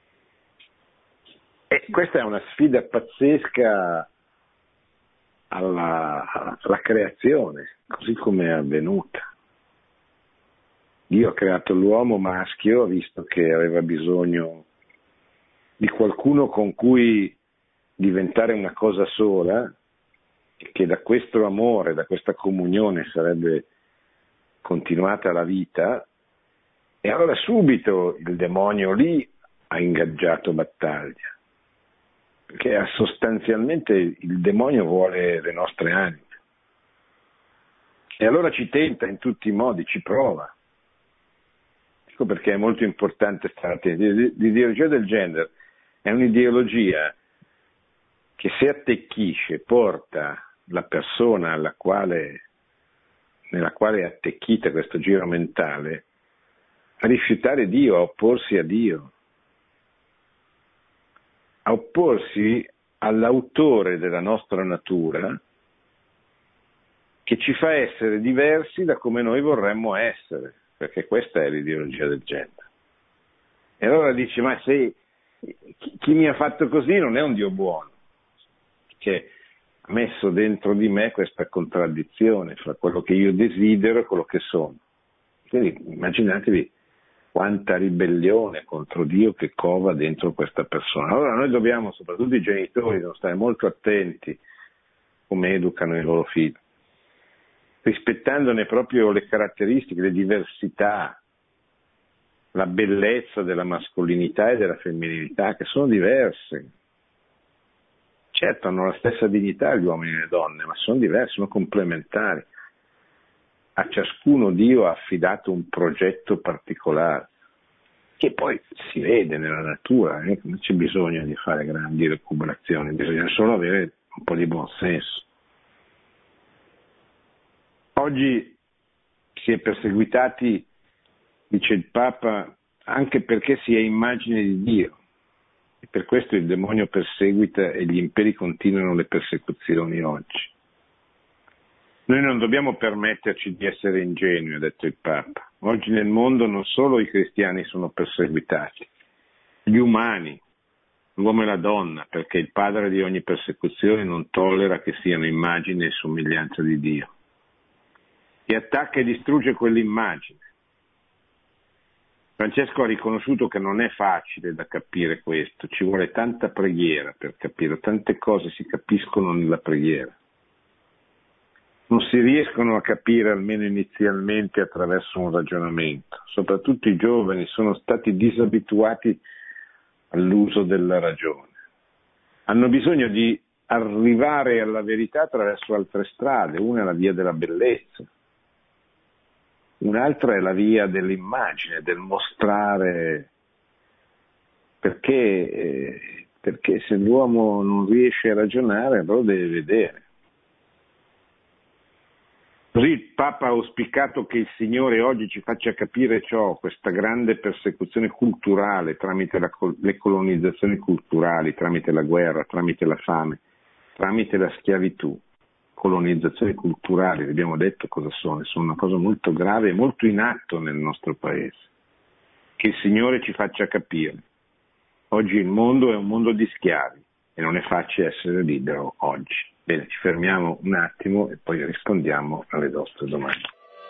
e questa è una sfida pazzesca alla creazione, così come è avvenuta. Dio ha creato l'uomo maschio, visto che aveva bisogno di qualcuno con cui diventare una cosa sola, e che da questo amore, da questa comunione sarebbe continuata la vita, e allora subito il demonio lì ha ingaggiato battaglia, perché sostanzialmente il demonio vuole le nostre anime, E allora ci tenta in tutti i modi, ci prova. Ecco perché è molto importante stare attenti. L'ideologia del gender è un'ideologia che se attecchisce porta la persona nella quale è attecchita questo giro mentale a rifiutare Dio, a opporsi a Dio, a opporsi all'autore della nostra natura che ci fa essere diversi da come noi vorremmo essere, perché questa è l'ideologia del gender. E allora dici, ma se chi mi ha fatto così non è un Dio buono, che ha messo dentro di me questa contraddizione fra quello che io desidero e quello che sono. Quindi immaginatevi quanta ribellione contro Dio che cova dentro questa persona. Allora noi dobbiamo, soprattutto i genitori, stare molto attenti come educano i loro figli, rispettandone proprio le caratteristiche, le diversità, la bellezza della mascolinità e della femminilità, che sono diverse. Certo, hanno la stessa dignità gli uomini e le donne, ma sono diversi, sono complementari. A ciascuno Dio ha affidato un progetto particolare, che poi si vede nella natura, non c'è bisogno di fare grandi recuperazioni, bisogna solo avere un po' di buon senso. Oggi si è perseguitati, dice il Papa, anche perché si è immagine di Dio. E per questo il demonio perseguita e gli imperi continuano le persecuzioni oggi. Noi non dobbiamo permetterci di essere ingenui, ha detto il Papa. Oggi nel mondo non solo i cristiani sono perseguitati, gli umani, l'uomo e la donna, perché il padre di ogni persecuzione non tollera che siano immagine e somiglianza di Dio. E attacca e distrugge quell'immagine. Francesco ha riconosciuto che non è facile da capire questo, ci vuole tanta preghiera per capire, tante cose si capiscono nella preghiera. Non si riescono a capire almeno inizialmente attraverso un ragionamento, soprattutto i giovani sono stati disabituati all'uso della ragione. Hanno bisogno di arrivare alla verità attraverso altre strade, una è la via della bellezza, un'altra è la via dell'immagine, del mostrare, perché se l'uomo non riesce a ragionare allora deve vedere. Così il Papa ha auspicato che il Signore oggi ci faccia capire ciò, questa grande persecuzione culturale tramite le colonizzazioni culturali, tramite la guerra, tramite la fame, tramite la schiavitù. Colonizzazioni culturali, abbiamo detto cosa sono una cosa molto grave e molto in atto nel nostro paese. Che il Signore ci faccia capire. Oggi il mondo è un mondo di schiavi e non è facile essere libero oggi. Bene, ci fermiamo un attimo e poi rispondiamo alle vostre domande.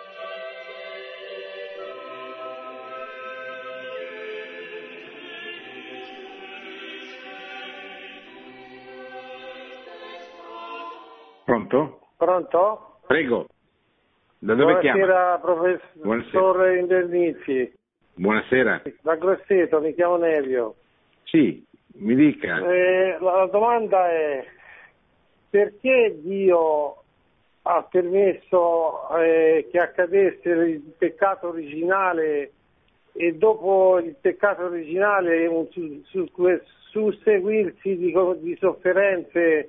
Pronto? Pronto? Prego. Da dove Buonasera, chiama? professore Indernizi. Buonasera. Da Grosseto, mi chiamo Nevio. Sì, mi dica. La domanda è: perché Dio ha permesso che accadesse il peccato originale e dopo il peccato originale un susseguirsi di sofferenze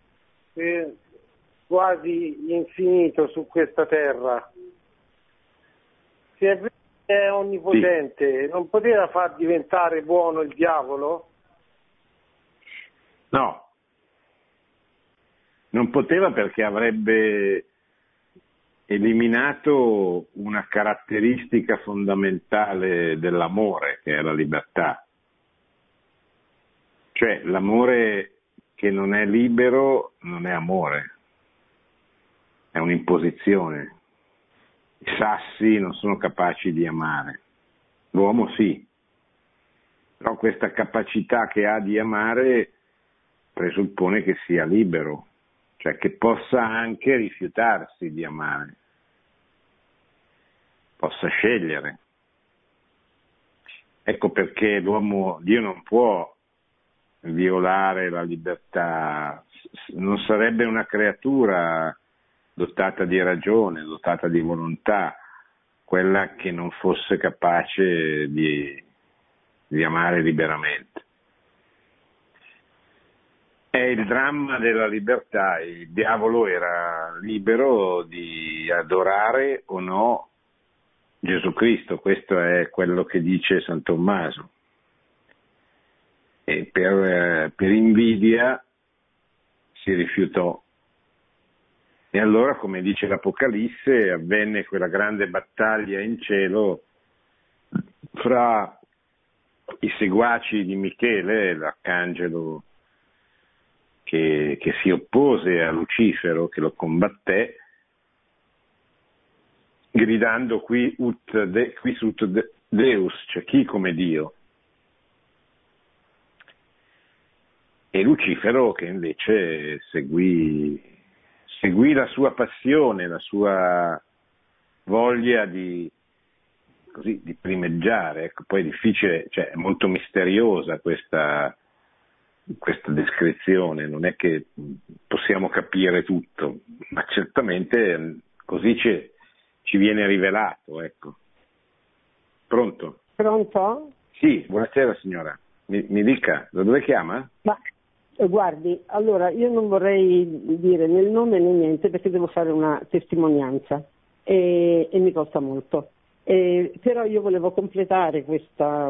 quasi infinito su questa terra? Se è vero che è onnipotente, sì, non poteva far diventare buono il diavolo? No. Non poteva perché avrebbe eliminato una caratteristica fondamentale dell'amore, che è la libertà. Cioè l'amore che non è libero non è amore, è un'imposizione. I sassi non sono capaci di amare, l'uomo sì, però questa capacità che ha di amare presuppone che sia libero. Cioè che possa anche rifiutarsi di amare, possa scegliere. Ecco perché Dio non può violare la libertà, non sarebbe una creatura dotata di ragione, dotata di volontà, quella che non fosse capace di amare liberamente. È il dramma della libertà. Il diavolo era libero di adorare o no Gesù Cristo, questo è quello che dice San Tommaso. E per invidia si rifiutò. E allora, come dice l'Apocalisse, avvenne quella grande battaglia in cielo fra i seguaci di Michele, l'arcangelo che si oppose a Lucifero, che lo combatté, gridando qui sut Deus, cioè chi come Dio. E Lucifero che invece seguì la sua passione, la sua voglia di primeggiare. Ecco, poi è difficile, cioè è molto misteriosa questa descrizione, non è che possiamo capire tutto, ma certamente così ci viene rivelato, ecco. Pronto? Pronto? Sì, buonasera signora, mi dica, da dove chiama? Ma guardi, allora io non vorrei dire né il nome né niente perché devo fare una testimonianza e mi costa molto. Però io volevo completare questa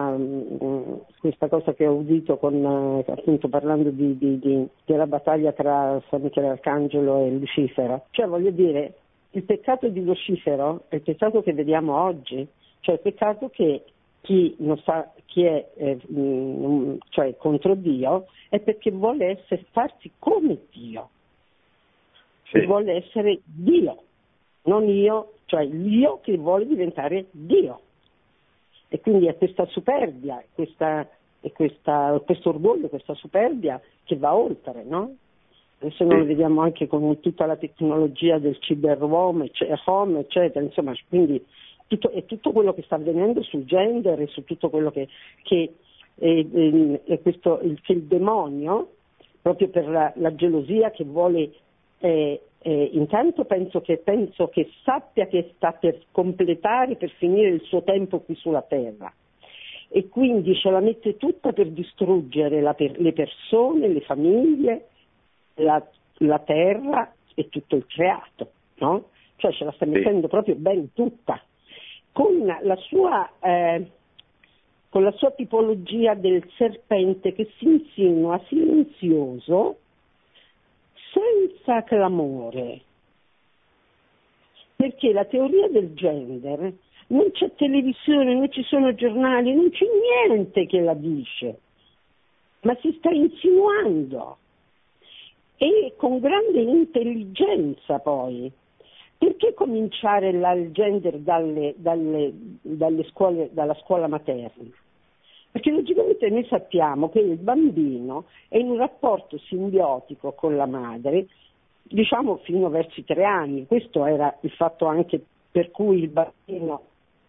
cosa che ho udito appunto parlando della battaglia tra San Michele Arcangelo e Lucifero. Cioè voglio dire, il peccato di Lucifero è il peccato che vediamo oggi, cioè il peccato che chi non sa chi è cioè contro Dio è perché vuole farsi come Dio, Sì. vuole essere Dio, non io, cioè l'io che vuole diventare Dio. E quindi è questa superbia, questo orgoglio, questa superbia che va oltre, no? Adesso noi lo vediamo anche con tutta la tecnologia del cyberuomo, eccetera, insomma, quindi è tutto quello che sta avvenendo sul gender e su tutto quello che il demonio, proprio per la gelosia che vuole, intanto penso che sappia che sta per completare, per finire il suo tempo qui sulla terra, e quindi ce la mette tutta per distruggere le persone, le famiglie, la terra e tutto il creato, no? Cioè ce la sta mettendo proprio ben tutta, con la sua tipologia del serpente che si insinua silenzioso, senza clamore, perché la teoria del gender non c'è televisione, non ci sono giornali, non c'è niente che la dice, ma si sta insinuando, e con grande intelligenza. Poi perché cominciare il gender dalle scuole, dalla scuola materna? Perché logicamente noi sappiamo che il bambino è in un rapporto simbiotico con la madre, diciamo fino verso i 3 anni. Questo era il fatto anche per cui il bambino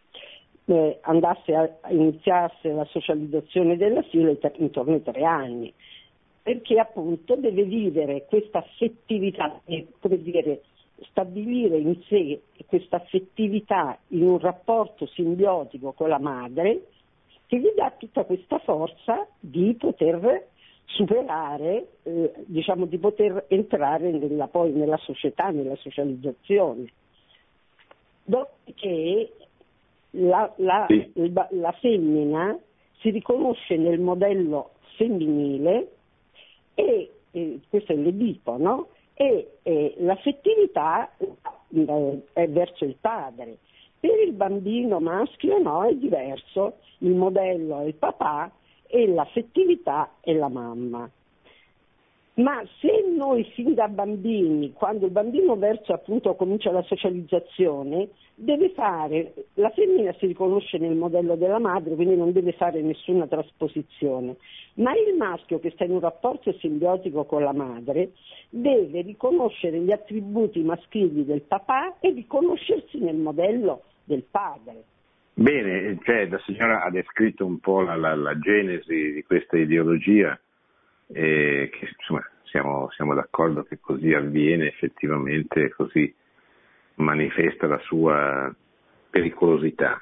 iniziasse la socializzazione dell'asilo intorno ai 3 anni, perché appunto deve vivere questa affettività, come dire, stabilire in sé questa affettività in un rapporto simbiotico con la madre, che gli dà tutta questa forza di poter superare, di poter entrare poi nella società, nella socializzazione. Dopodiché la femmina si riconosce nel modello femminile e questo è l'Edipo, no? E l'affettività è verso il padre. Per il bambino maschio no, è diverso, il modello è il papà e l'affettività è la mamma. Ma se noi fin da bambini, quando il bambino comincia la socializzazione, la femmina si riconosce nel modello della madre, quindi non deve fare nessuna trasposizione, ma il maschio che sta in un rapporto simbiotico con la madre deve riconoscere gli attributi maschili del papà e riconoscersi nel modello del padre. Bene, cioè la signora ha descritto un po' la genesi di questa ideologia, che insomma siamo d'accordo che così avviene effettivamente, così manifesta la sua pericolosità.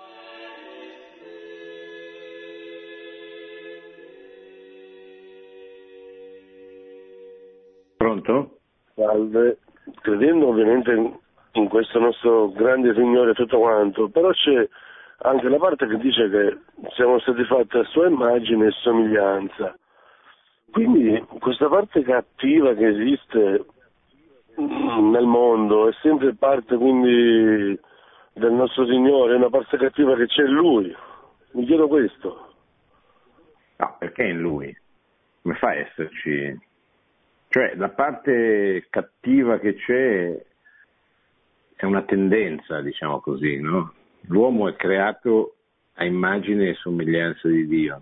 Pronto? Salve, credendo ovviamente in questo nostro grande Signore e tutto quanto, però c'è anche la parte che dice che siamo stati fatti a sua immagine e somiglianza. Quindi questa parte cattiva che esiste nel mondo è sempre parte quindi del nostro Signore, è una parte cattiva che c'è in Lui. Mi chiedo questo. No, perché in Lui? Come fa a esserci? Cioè, la parte cattiva che c'è è una tendenza, diciamo così, no? L'uomo è creato a immagine e somiglianza di Dio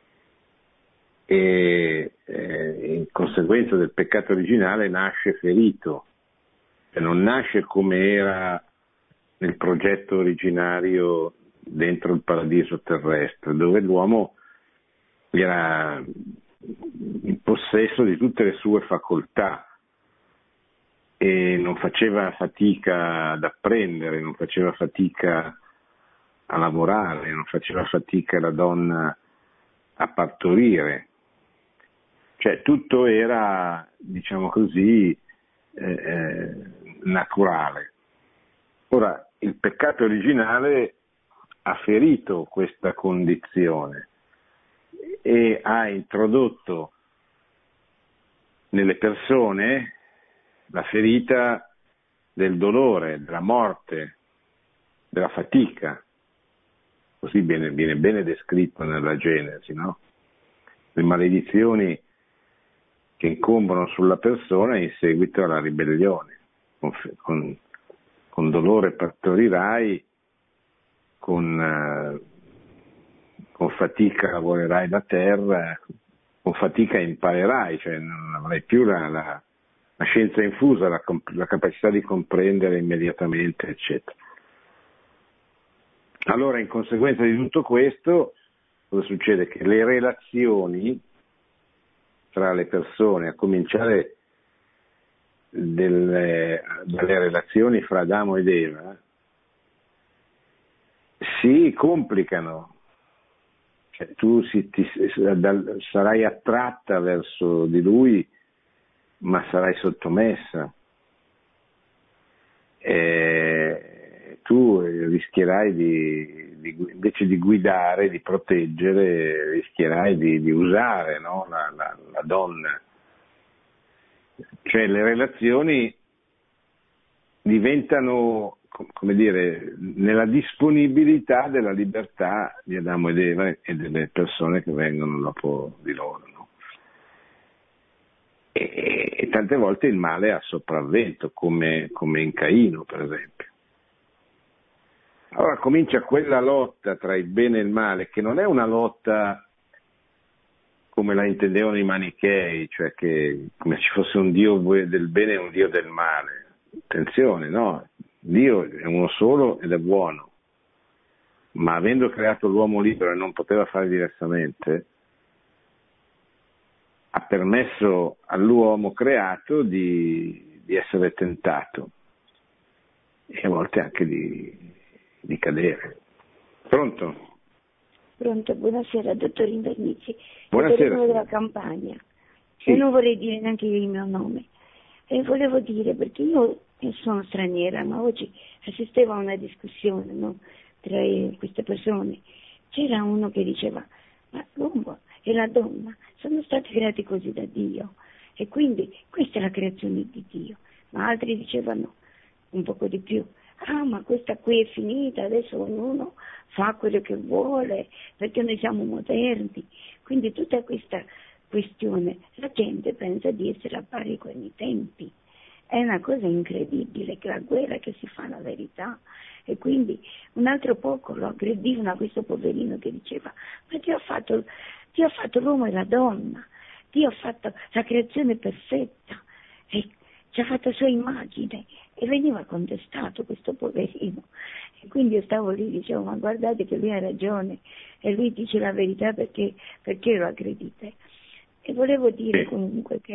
e in conseguenza del peccato originale nasce ferito, cioè non nasce come era nel progetto originario dentro il paradiso terrestre, dove l'uomo era in possesso di tutte le sue facoltà e non faceva fatica ad apprendere, non faceva fatica a lavorare, non faceva fatica la donna a partorire, cioè tutto era, diciamo così, naturale. Ora, il peccato originale ha ferito questa condizione e ha introdotto nelle persone la ferita del dolore, della morte, della fatica. Così viene bene descritto nella Genesi, no? Le maledizioni che incombono sulla persona in seguito alla ribellione. Con dolore partorirai, con fatica lavorerai la terra, con fatica imparerai, cioè non avrai più la scienza infusa, la capacità di comprendere immediatamente, eccetera. Allora, in conseguenza di tutto questo, cosa succede? Che le relazioni tra le persone, a cominciare dalle relazioni fra Adamo ed Eva, si complicano. Cioè, tu sarai attratta verso di lui, ma sarai sottomessa. Tu rischierai invece di guidare, di proteggere, rischierai di usare, no? la donna. Cioè le relazioni diventano, come dire, nella disponibilità della libertà di Adamo ed Eva e delle persone che vengono dopo di loro, no? E tante volte il male ha sopravvento, come in Caino, per esempio. Allora comincia quella lotta tra il bene e il male, che non è una lotta come la intendevano i manichei, cioè che come ci fosse un Dio del bene e un Dio del male. Attenzione, no? Dio è uno solo ed è buono, ma avendo creato l'uomo libero e non poteva fare diversamente, ha permesso all'uomo creato di essere tentato e a volte anche di cadere. Pronto? Pronto, buonasera, dottor Invernici. Buonasera. Della campagna. Sì. E non vorrei dire neanche io il mio nome. E volevo dire, perché io sono straniera, ma oggi assistevo a una discussione, no, tra queste persone. C'era uno che diceva, ma l'uomo e la donna sono stati creati così da Dio, e quindi questa è la creazione di Dio. Ma altri dicevano un poco di più, ma questa qui è finita, adesso ognuno fa quello che vuole, perché noi siamo moderni. Quindi tutta questa questione, la gente pensa di essere a pari con i tempi. È una cosa incredibile, che la guerra che si fa la verità. E quindi un altro poco lo aggredivano a questo poverino che diceva, ma Dio ha fatto l'uomo e la donna, Dio ha fatto la creazione perfetta e ci ha fatto a sua immagine, e veniva contestato questo poverino. E quindi io stavo lì e dicevo, ma guardate che lui ha ragione e lui dice la verità, perché lo aggredite. E volevo dire comunque che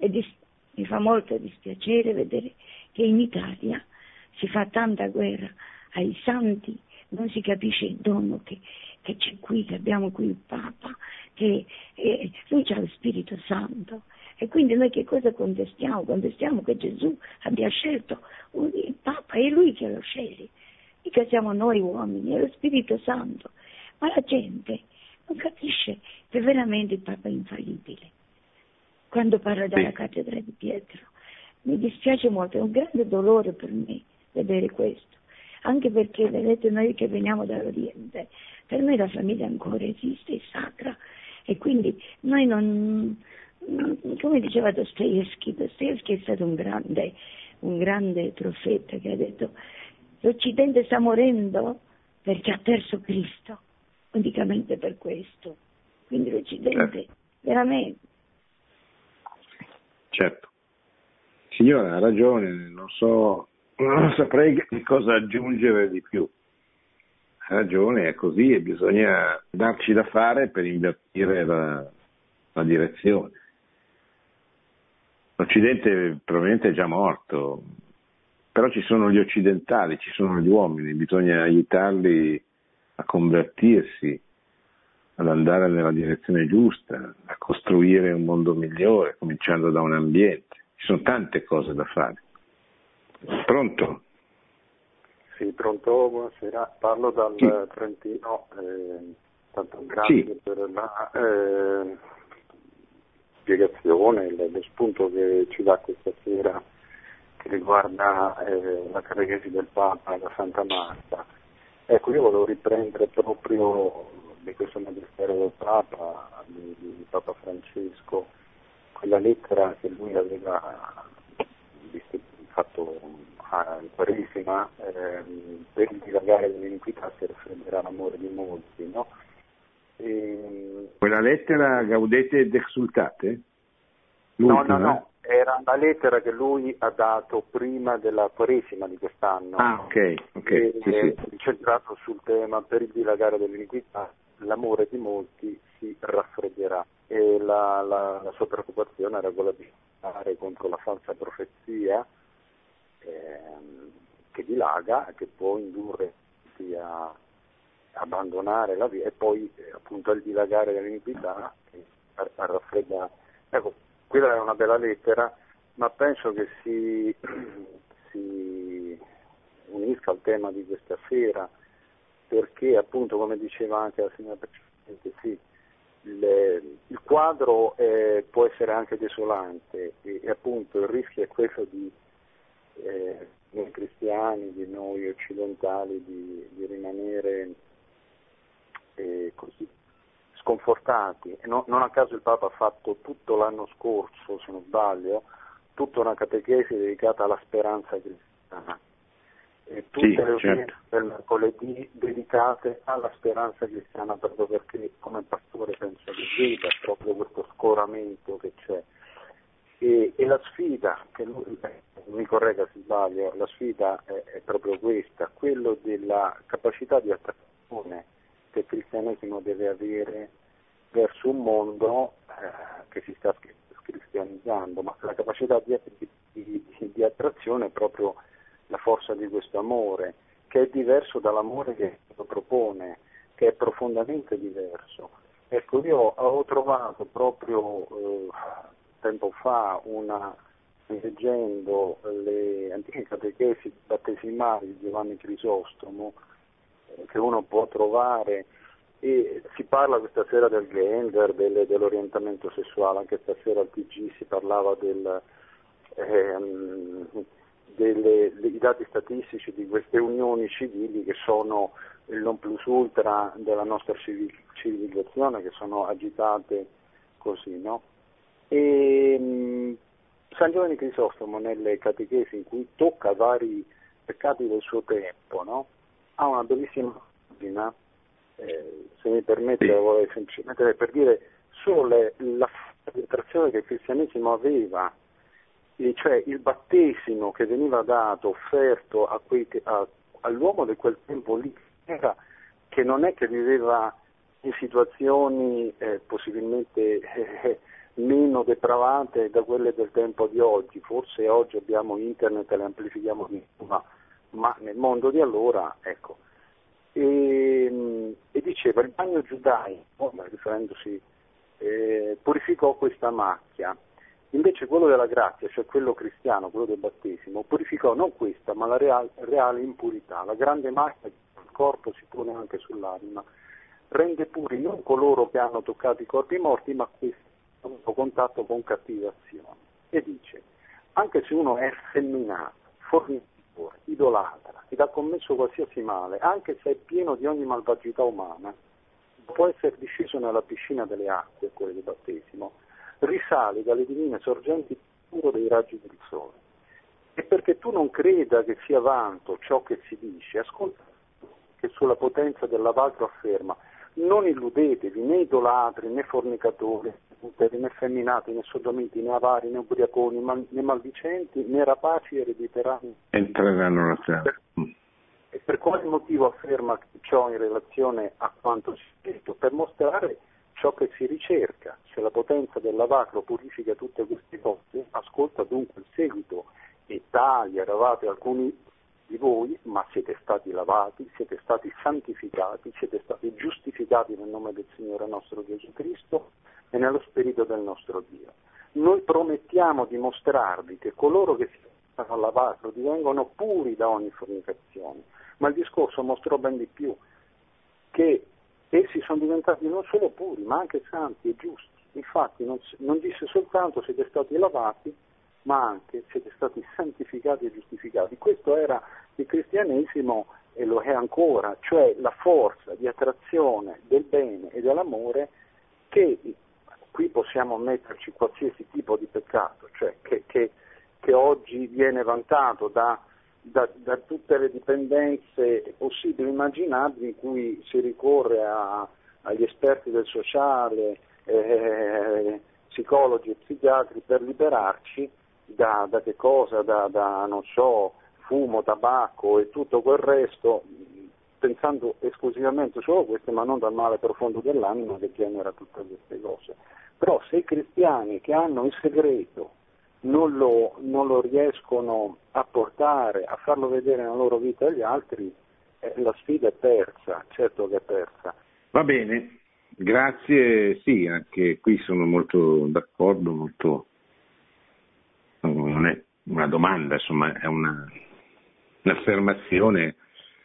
mi fa molto dispiacere vedere che in Italia si fa tanta guerra ai santi, non si capisce il dono che c'è qui, che abbiamo qui il Papa, che lui c'ha lo Spirito Santo. E quindi noi che cosa contestiamo? Contestiamo che Gesù abbia scelto il Papa, è lui che lo sceglie, mica siamo noi uomini, è lo Spirito Santo. Ma la gente non capisce che veramente il Papa è infallibile. Quando parla della cattedra di Pietro, mi dispiace molto, è un grande dolore per me vedere questo, anche perché, vedete, noi che veniamo dall'Oriente, per noi la famiglia ancora esiste, è sacra, e quindi noi non, come diceva Dostoevsky è stato un grande profeta che ha detto: l'Occidente sta morendo perché ha perso Cristo, unicamente per questo. Quindi l'Occidente veramente. Certo. Signora, ha ragione, non saprei che cosa aggiungere di più. Ha ragione, è così e bisogna darci da fare per invertire la direzione. L'Occidente probabilmente è già morto, però ci sono gli occidentali, ci sono gli uomini, bisogna aiutarli a convertirsi, ad andare nella direzione giusta, a costruire un mondo migliore, cominciando da un ambiente. Ci sono tante cose da fare. Pronto? Sì, pronto, buonasera. Parlo dal Trentino. Tanto grazie per la spiegazione, lo spunto che ci dà questa sera che riguarda la catechesi del Papa da Santa Marta. Ecco, io volevo riprendere proprio di questo magistero del Papa, di Papa Francesco, quella lettera che lui aveva fatto in Quaresima, per il dilagare dell'iniquità si raffredderà l'amore di molti, no? Quella lettera Gaudete ed Exultate? No, era una lettera che lui ha dato prima della Quaresima di quest'anno. Sì. Incentrato sul tema: per il dilagare dell'iniquità l'amore di molti si raffredderà, e la sua preoccupazione era quella di lottare contro la falsa profezia che dilaga e che può indurre a abbandonare la via, e poi appunto al dilagare dell'iniquità a raffreddare. Ecco, quella è una bella lettera, ma penso che si unisca al tema di questa sera, perché appunto, come diceva anche la signora precedente, il quadro può essere anche desolante, e appunto il rischio è quello di noi cristiani, di noi occidentali, di rimanere così sconfortati. E non a caso il Papa ha fatto tutto l'anno scorso, se non sbaglio, tutta una catechesi dedicata alla speranza cristiana, e tutte le udienze del mercoledì dedicate alla speranza cristiana, proprio perché come pastore penso che veda proprio questo scoramento che c'è. E la sfida, che lui, mi corregga se sbaglio, la sfida è proprio questa, quello della capacità di attrazione che il cristianesimo deve avere verso un mondo che si sta cristianizzando, ma la capacità di attrazione è proprio la forza di questo amore, che è diverso dall'amore che lo propone, che è profondamente diverso. Ecco, io ho trovato proprio tempo fa leggendo le antiche catechesi battesimali di Giovanni Crisostomo, che uno può trovare, e si parla questa sera del gender, dell'orientamento sessuale, anche stasera al TG si parlava dei dati statistici di queste unioni civili che sono il non plus ultra della nostra civilizzazione, che sono agitate così, no? E San Giovanni Crisostomo, nelle catechesi in cui tocca vari peccati del suo tempo, no? Ha una bellissima pagina, se mi permette, vorrei semplicemente per dire solo la attrazione che il cristianesimo aveva, cioè il battesimo che veniva dato, offerto all'uomo di quel tempo lì, che non è che viveva in situazioni possibilmente meno meno depravate da quelle del tempo di oggi. Forse oggi abbiamo internet e le amplifichiamo di più, ma nel mondo di allora, ecco. E diceva, il bagno giudaico, riferendosi, purificò questa macchia. Invece quello della grazia, cioè quello cristiano, quello del battesimo, purificò non questa, ma la reale impurità. La grande macchia del corpo si pone anche sull'anima. Rende puri non coloro che hanno toccato i corpi morti, ma questi che hanno contatto con cattive azioni. E dice, anche se uno è effeminato, fornitore, idolatra, ed ha commesso qualsiasi male, anche se è pieno di ogni malvagità umana, può essere disceso nella piscina delle acque, quelle del battesimo, risale dalle divine sorgenti puro dei raggi del sole. E perché tu non creda che sia vanto ciò che si dice, ascolta che sulla potenza dell'altro afferma, non illudetevi, né idolatri, né fornicatori, né effeminati, né sodomiti, né avari, né ubriaconi, né maldicenti, né rapaci erediteranno. Entreranno nella terra. E per quale motivo afferma ciò in relazione a quanto si è detto? Per mostrare ciò che si ricerca. Se la potenza del lavacro purifica tutte queste cose, ascolta dunque il seguito. E tali eravate alcuni di voi, ma siete stati lavati, siete stati santificati, siete stati giustificati nel nome del Signore nostro Gesù Cristo e nello Spirito del nostro Dio. Noi promettiamo di mostrarvi che coloro che si stanno al lavacro divengono puri da ogni fornicazione, ma il discorso mostrò ben di più, che essi sono diventati non solo puri, ma anche santi e giusti. Infatti non disse soltanto siete stati lavati, ma anche siete stati santificati e giustificati. Questo era il cristianesimo e lo è ancora, cioè la forza di attrazione del bene e dell'amore, che qui possiamo metterci qualsiasi tipo di peccato, cioè che oggi viene vantato da tutte le dipendenze possibili e immaginabili, in cui si ricorre agli esperti del sociale, psicologi e psichiatri per liberarci da che cosa? Da non so, fumo, tabacco e tutto quel resto, pensando esclusivamente solo a questo, ma non dal male profondo dell'anima che genera tutte queste cose. Però se i cristiani che hanno il segreto non lo riescono a portare, a farlo vedere nella loro vita agli altri, la sfida è persa, certo che è persa. Va bene, grazie, sì, anche qui sono molto d'accordo, non è una domanda, insomma, è un'affermazione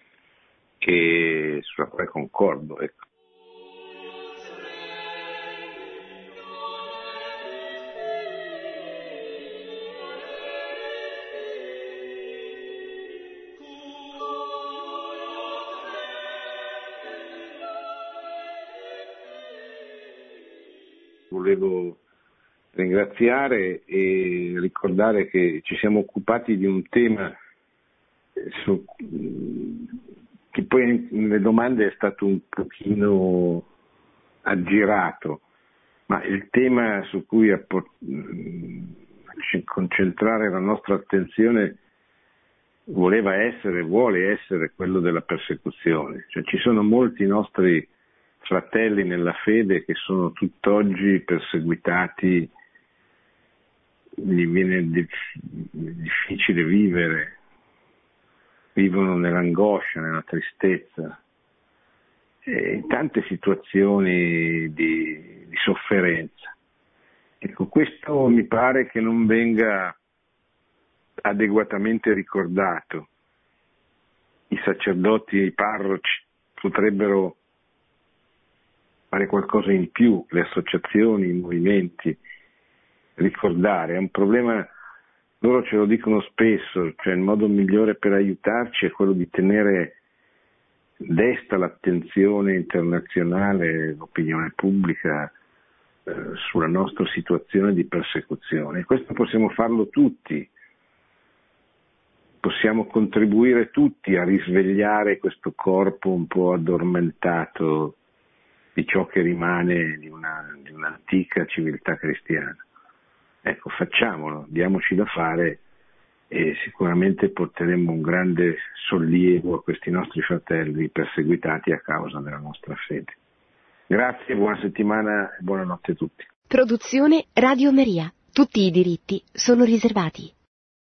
sulla quale concordo, ecco. Volevo ringraziare e ricordare che ci siamo occupati di un tema che poi nelle domande è stato un pochino aggirato, ma il tema su cui concentrare la nostra attenzione vuole essere quello della persecuzione. Cioè, ci sono molti nostri fratelli nella fede che sono tutt'oggi perseguitati, gli viene difficile vivere, vivono nell'angoscia, nella tristezza, in tante situazioni di sofferenza. Ecco, questo mi pare che non venga adeguatamente ricordato. I sacerdoti e i parroci potrebbero fare qualcosa in più, le associazioni, i movimenti, ricordare. È un problema, loro ce lo dicono spesso, cioè il modo migliore per aiutarci è quello di tenere desta l'attenzione internazionale, l'opinione pubblica sulla nostra situazione di persecuzione. Questo possiamo farlo tutti, possiamo contribuire tutti a risvegliare questo corpo un po' addormentato di ciò che rimane di un'antica civiltà cristiana. Ecco, facciamolo, diamoci da fare e sicuramente porteremo un grande sollievo a questi nostri fratelli perseguitati a causa della nostra fede. Grazie, buona settimana e buonanotte a tutti. Produzione Radio Maria. Tutti i diritti sono riservati.